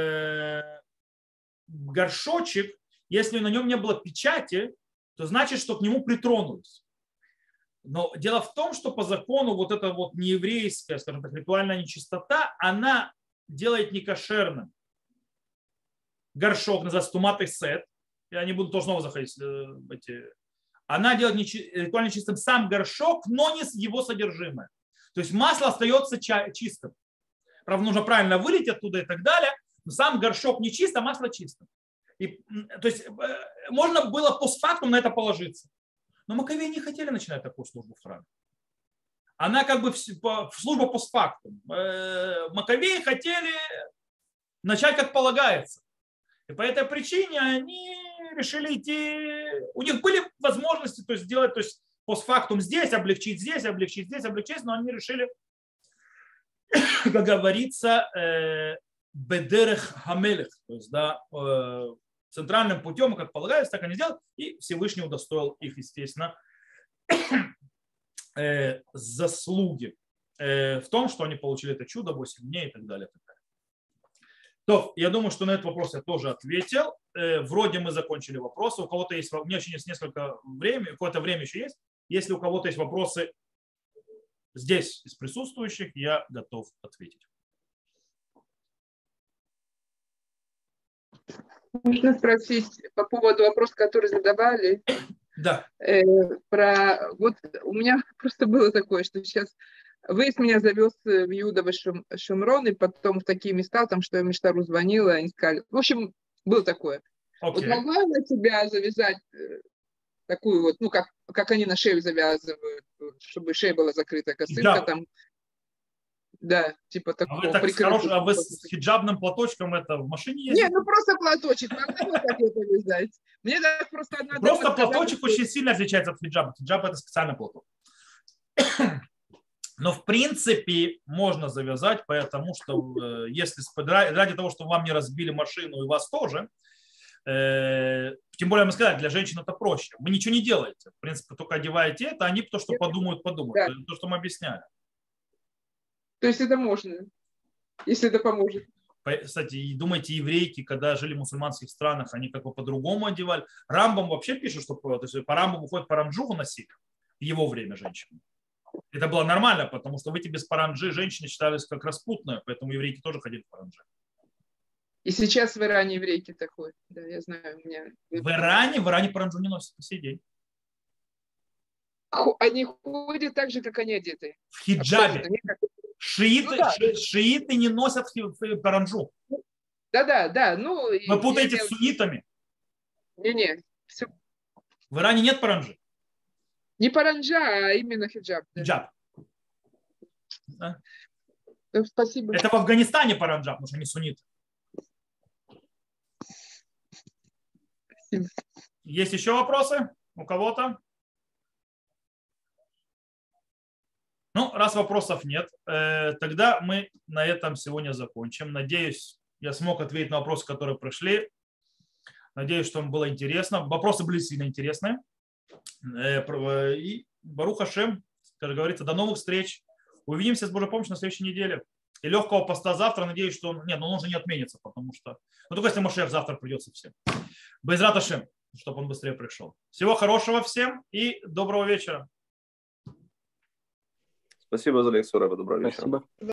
горшочек, если на нем не было печати, то значит, что к нему притронулись. Но дело в том, что по закону вот эта вот нееврейская, скажем так, ритуальная нечистота, она делает некошерным горшок, называется туматый сет. Я не буду тоже снова заходить в эти. Она делает ритуально чистым сам горшок, но не его содержимое. То есть масло остается чистым. Правда, нужно правильно вылить оттуда и так далее. Но сам горшок не чист, а масло чисто. То есть можно было постфактум на это положиться. Но Маковеи не хотели начинать такую службу в храме. Она как бы служба постфактум. Маковеи хотели начать как полагается. И по этой причине они решили идти. У них были возможности то есть, сделать то есть, постфактум здесь, облегчить здесь, облегчить здесь, облегчить, но они решили, как говорится, бедерех хамелех, то есть да, центральным путем, как полагается, так они сделали, и Всевышний удостоил их, естественно, заслуги в том, что они получили это чудо 8 дней и так далее. То, я думаю, что на этот вопрос я тоже ответил. Вроде мы закончили вопросы. У кого-то есть, у меня еще есть несколько времени, какое-то время еще есть. Если у кого-то есть вопросы здесь из присутствующих, я готов ответить. Можно спросить по поводу вопроса, который задавали? Да. Вот у меня просто было такое, что сейчас выезд меня завез в Иудово Шумрон, и потом в такие места, там, что я Миштару звонила, они сказали. В общем, было такое. Вот могла я на тебя завязать такую вот, ну, как они на шею завязывают, чтобы шея была закрыта, косынка там. Да, типа такого прикрытия. А вы с хиджабным платочком это в машине ездите? Нет, ну просто платочек. Могла вот так это вязать. Мне так просто одна просто платочек очень сильно отличается от хиджаба. Хиджаб это специальный платок. Но в принципе можно завязать, потому что если ради того, чтобы вам не разбили машину и вас тоже, тем более мы сказали, для женщин это проще. Вы ничего не делаете. В принципе, только одеваете это, они то, что подумают. Да. Это то, что мы объясняли. То есть это можно, если это поможет. Кстати, думаете, еврейки, когда жили в мусульманских странах, они как бы по-другому одевали. Рамбам вообще пишет, что то есть, по Рамбаму ходят паранджуху носили в его время женщины. Это было нормально, потому что выйти без паранджи женщины считались как распутные, поэтому еврейки тоже ходили в паранджи. И сейчас в Иране еврейки такой. Да, я знаю. У меня... В Иране паранджу не носят по сей день. Они ходят так же, как они одеты. В хиджабе. Шииты не носят паранджу. Да. Вы путаете с суннитами. Не. Все. В Иране нет паранджи. Не паранджа, а именно хиджаб. Да. Хиджаб. Да? Спасибо. Это в Афганистане паранджа, потому что они сунниты. Спасибо. Есть еще вопросы у кого-то? Ну, раз вопросов нет, тогда мы на этом сегодня закончим. Надеюсь, я смог ответить на вопросы, которые пришли. Надеюсь, что вам было интересно. Вопросы были сильно интересные. И Барух Ашем, как говорится, до новых встреч. Увидимся с Божьей помощью на следующей неделе. И легкого поста завтра, надеюсь, что он уже не отменится, потому что... Ну, только если Машех завтра придется всем. Безрат Ашем, чтобы он быстрее пришел. Всего хорошего всем и доброго вечера. Спасибо за лекцию, Рэба. Доброго вечера.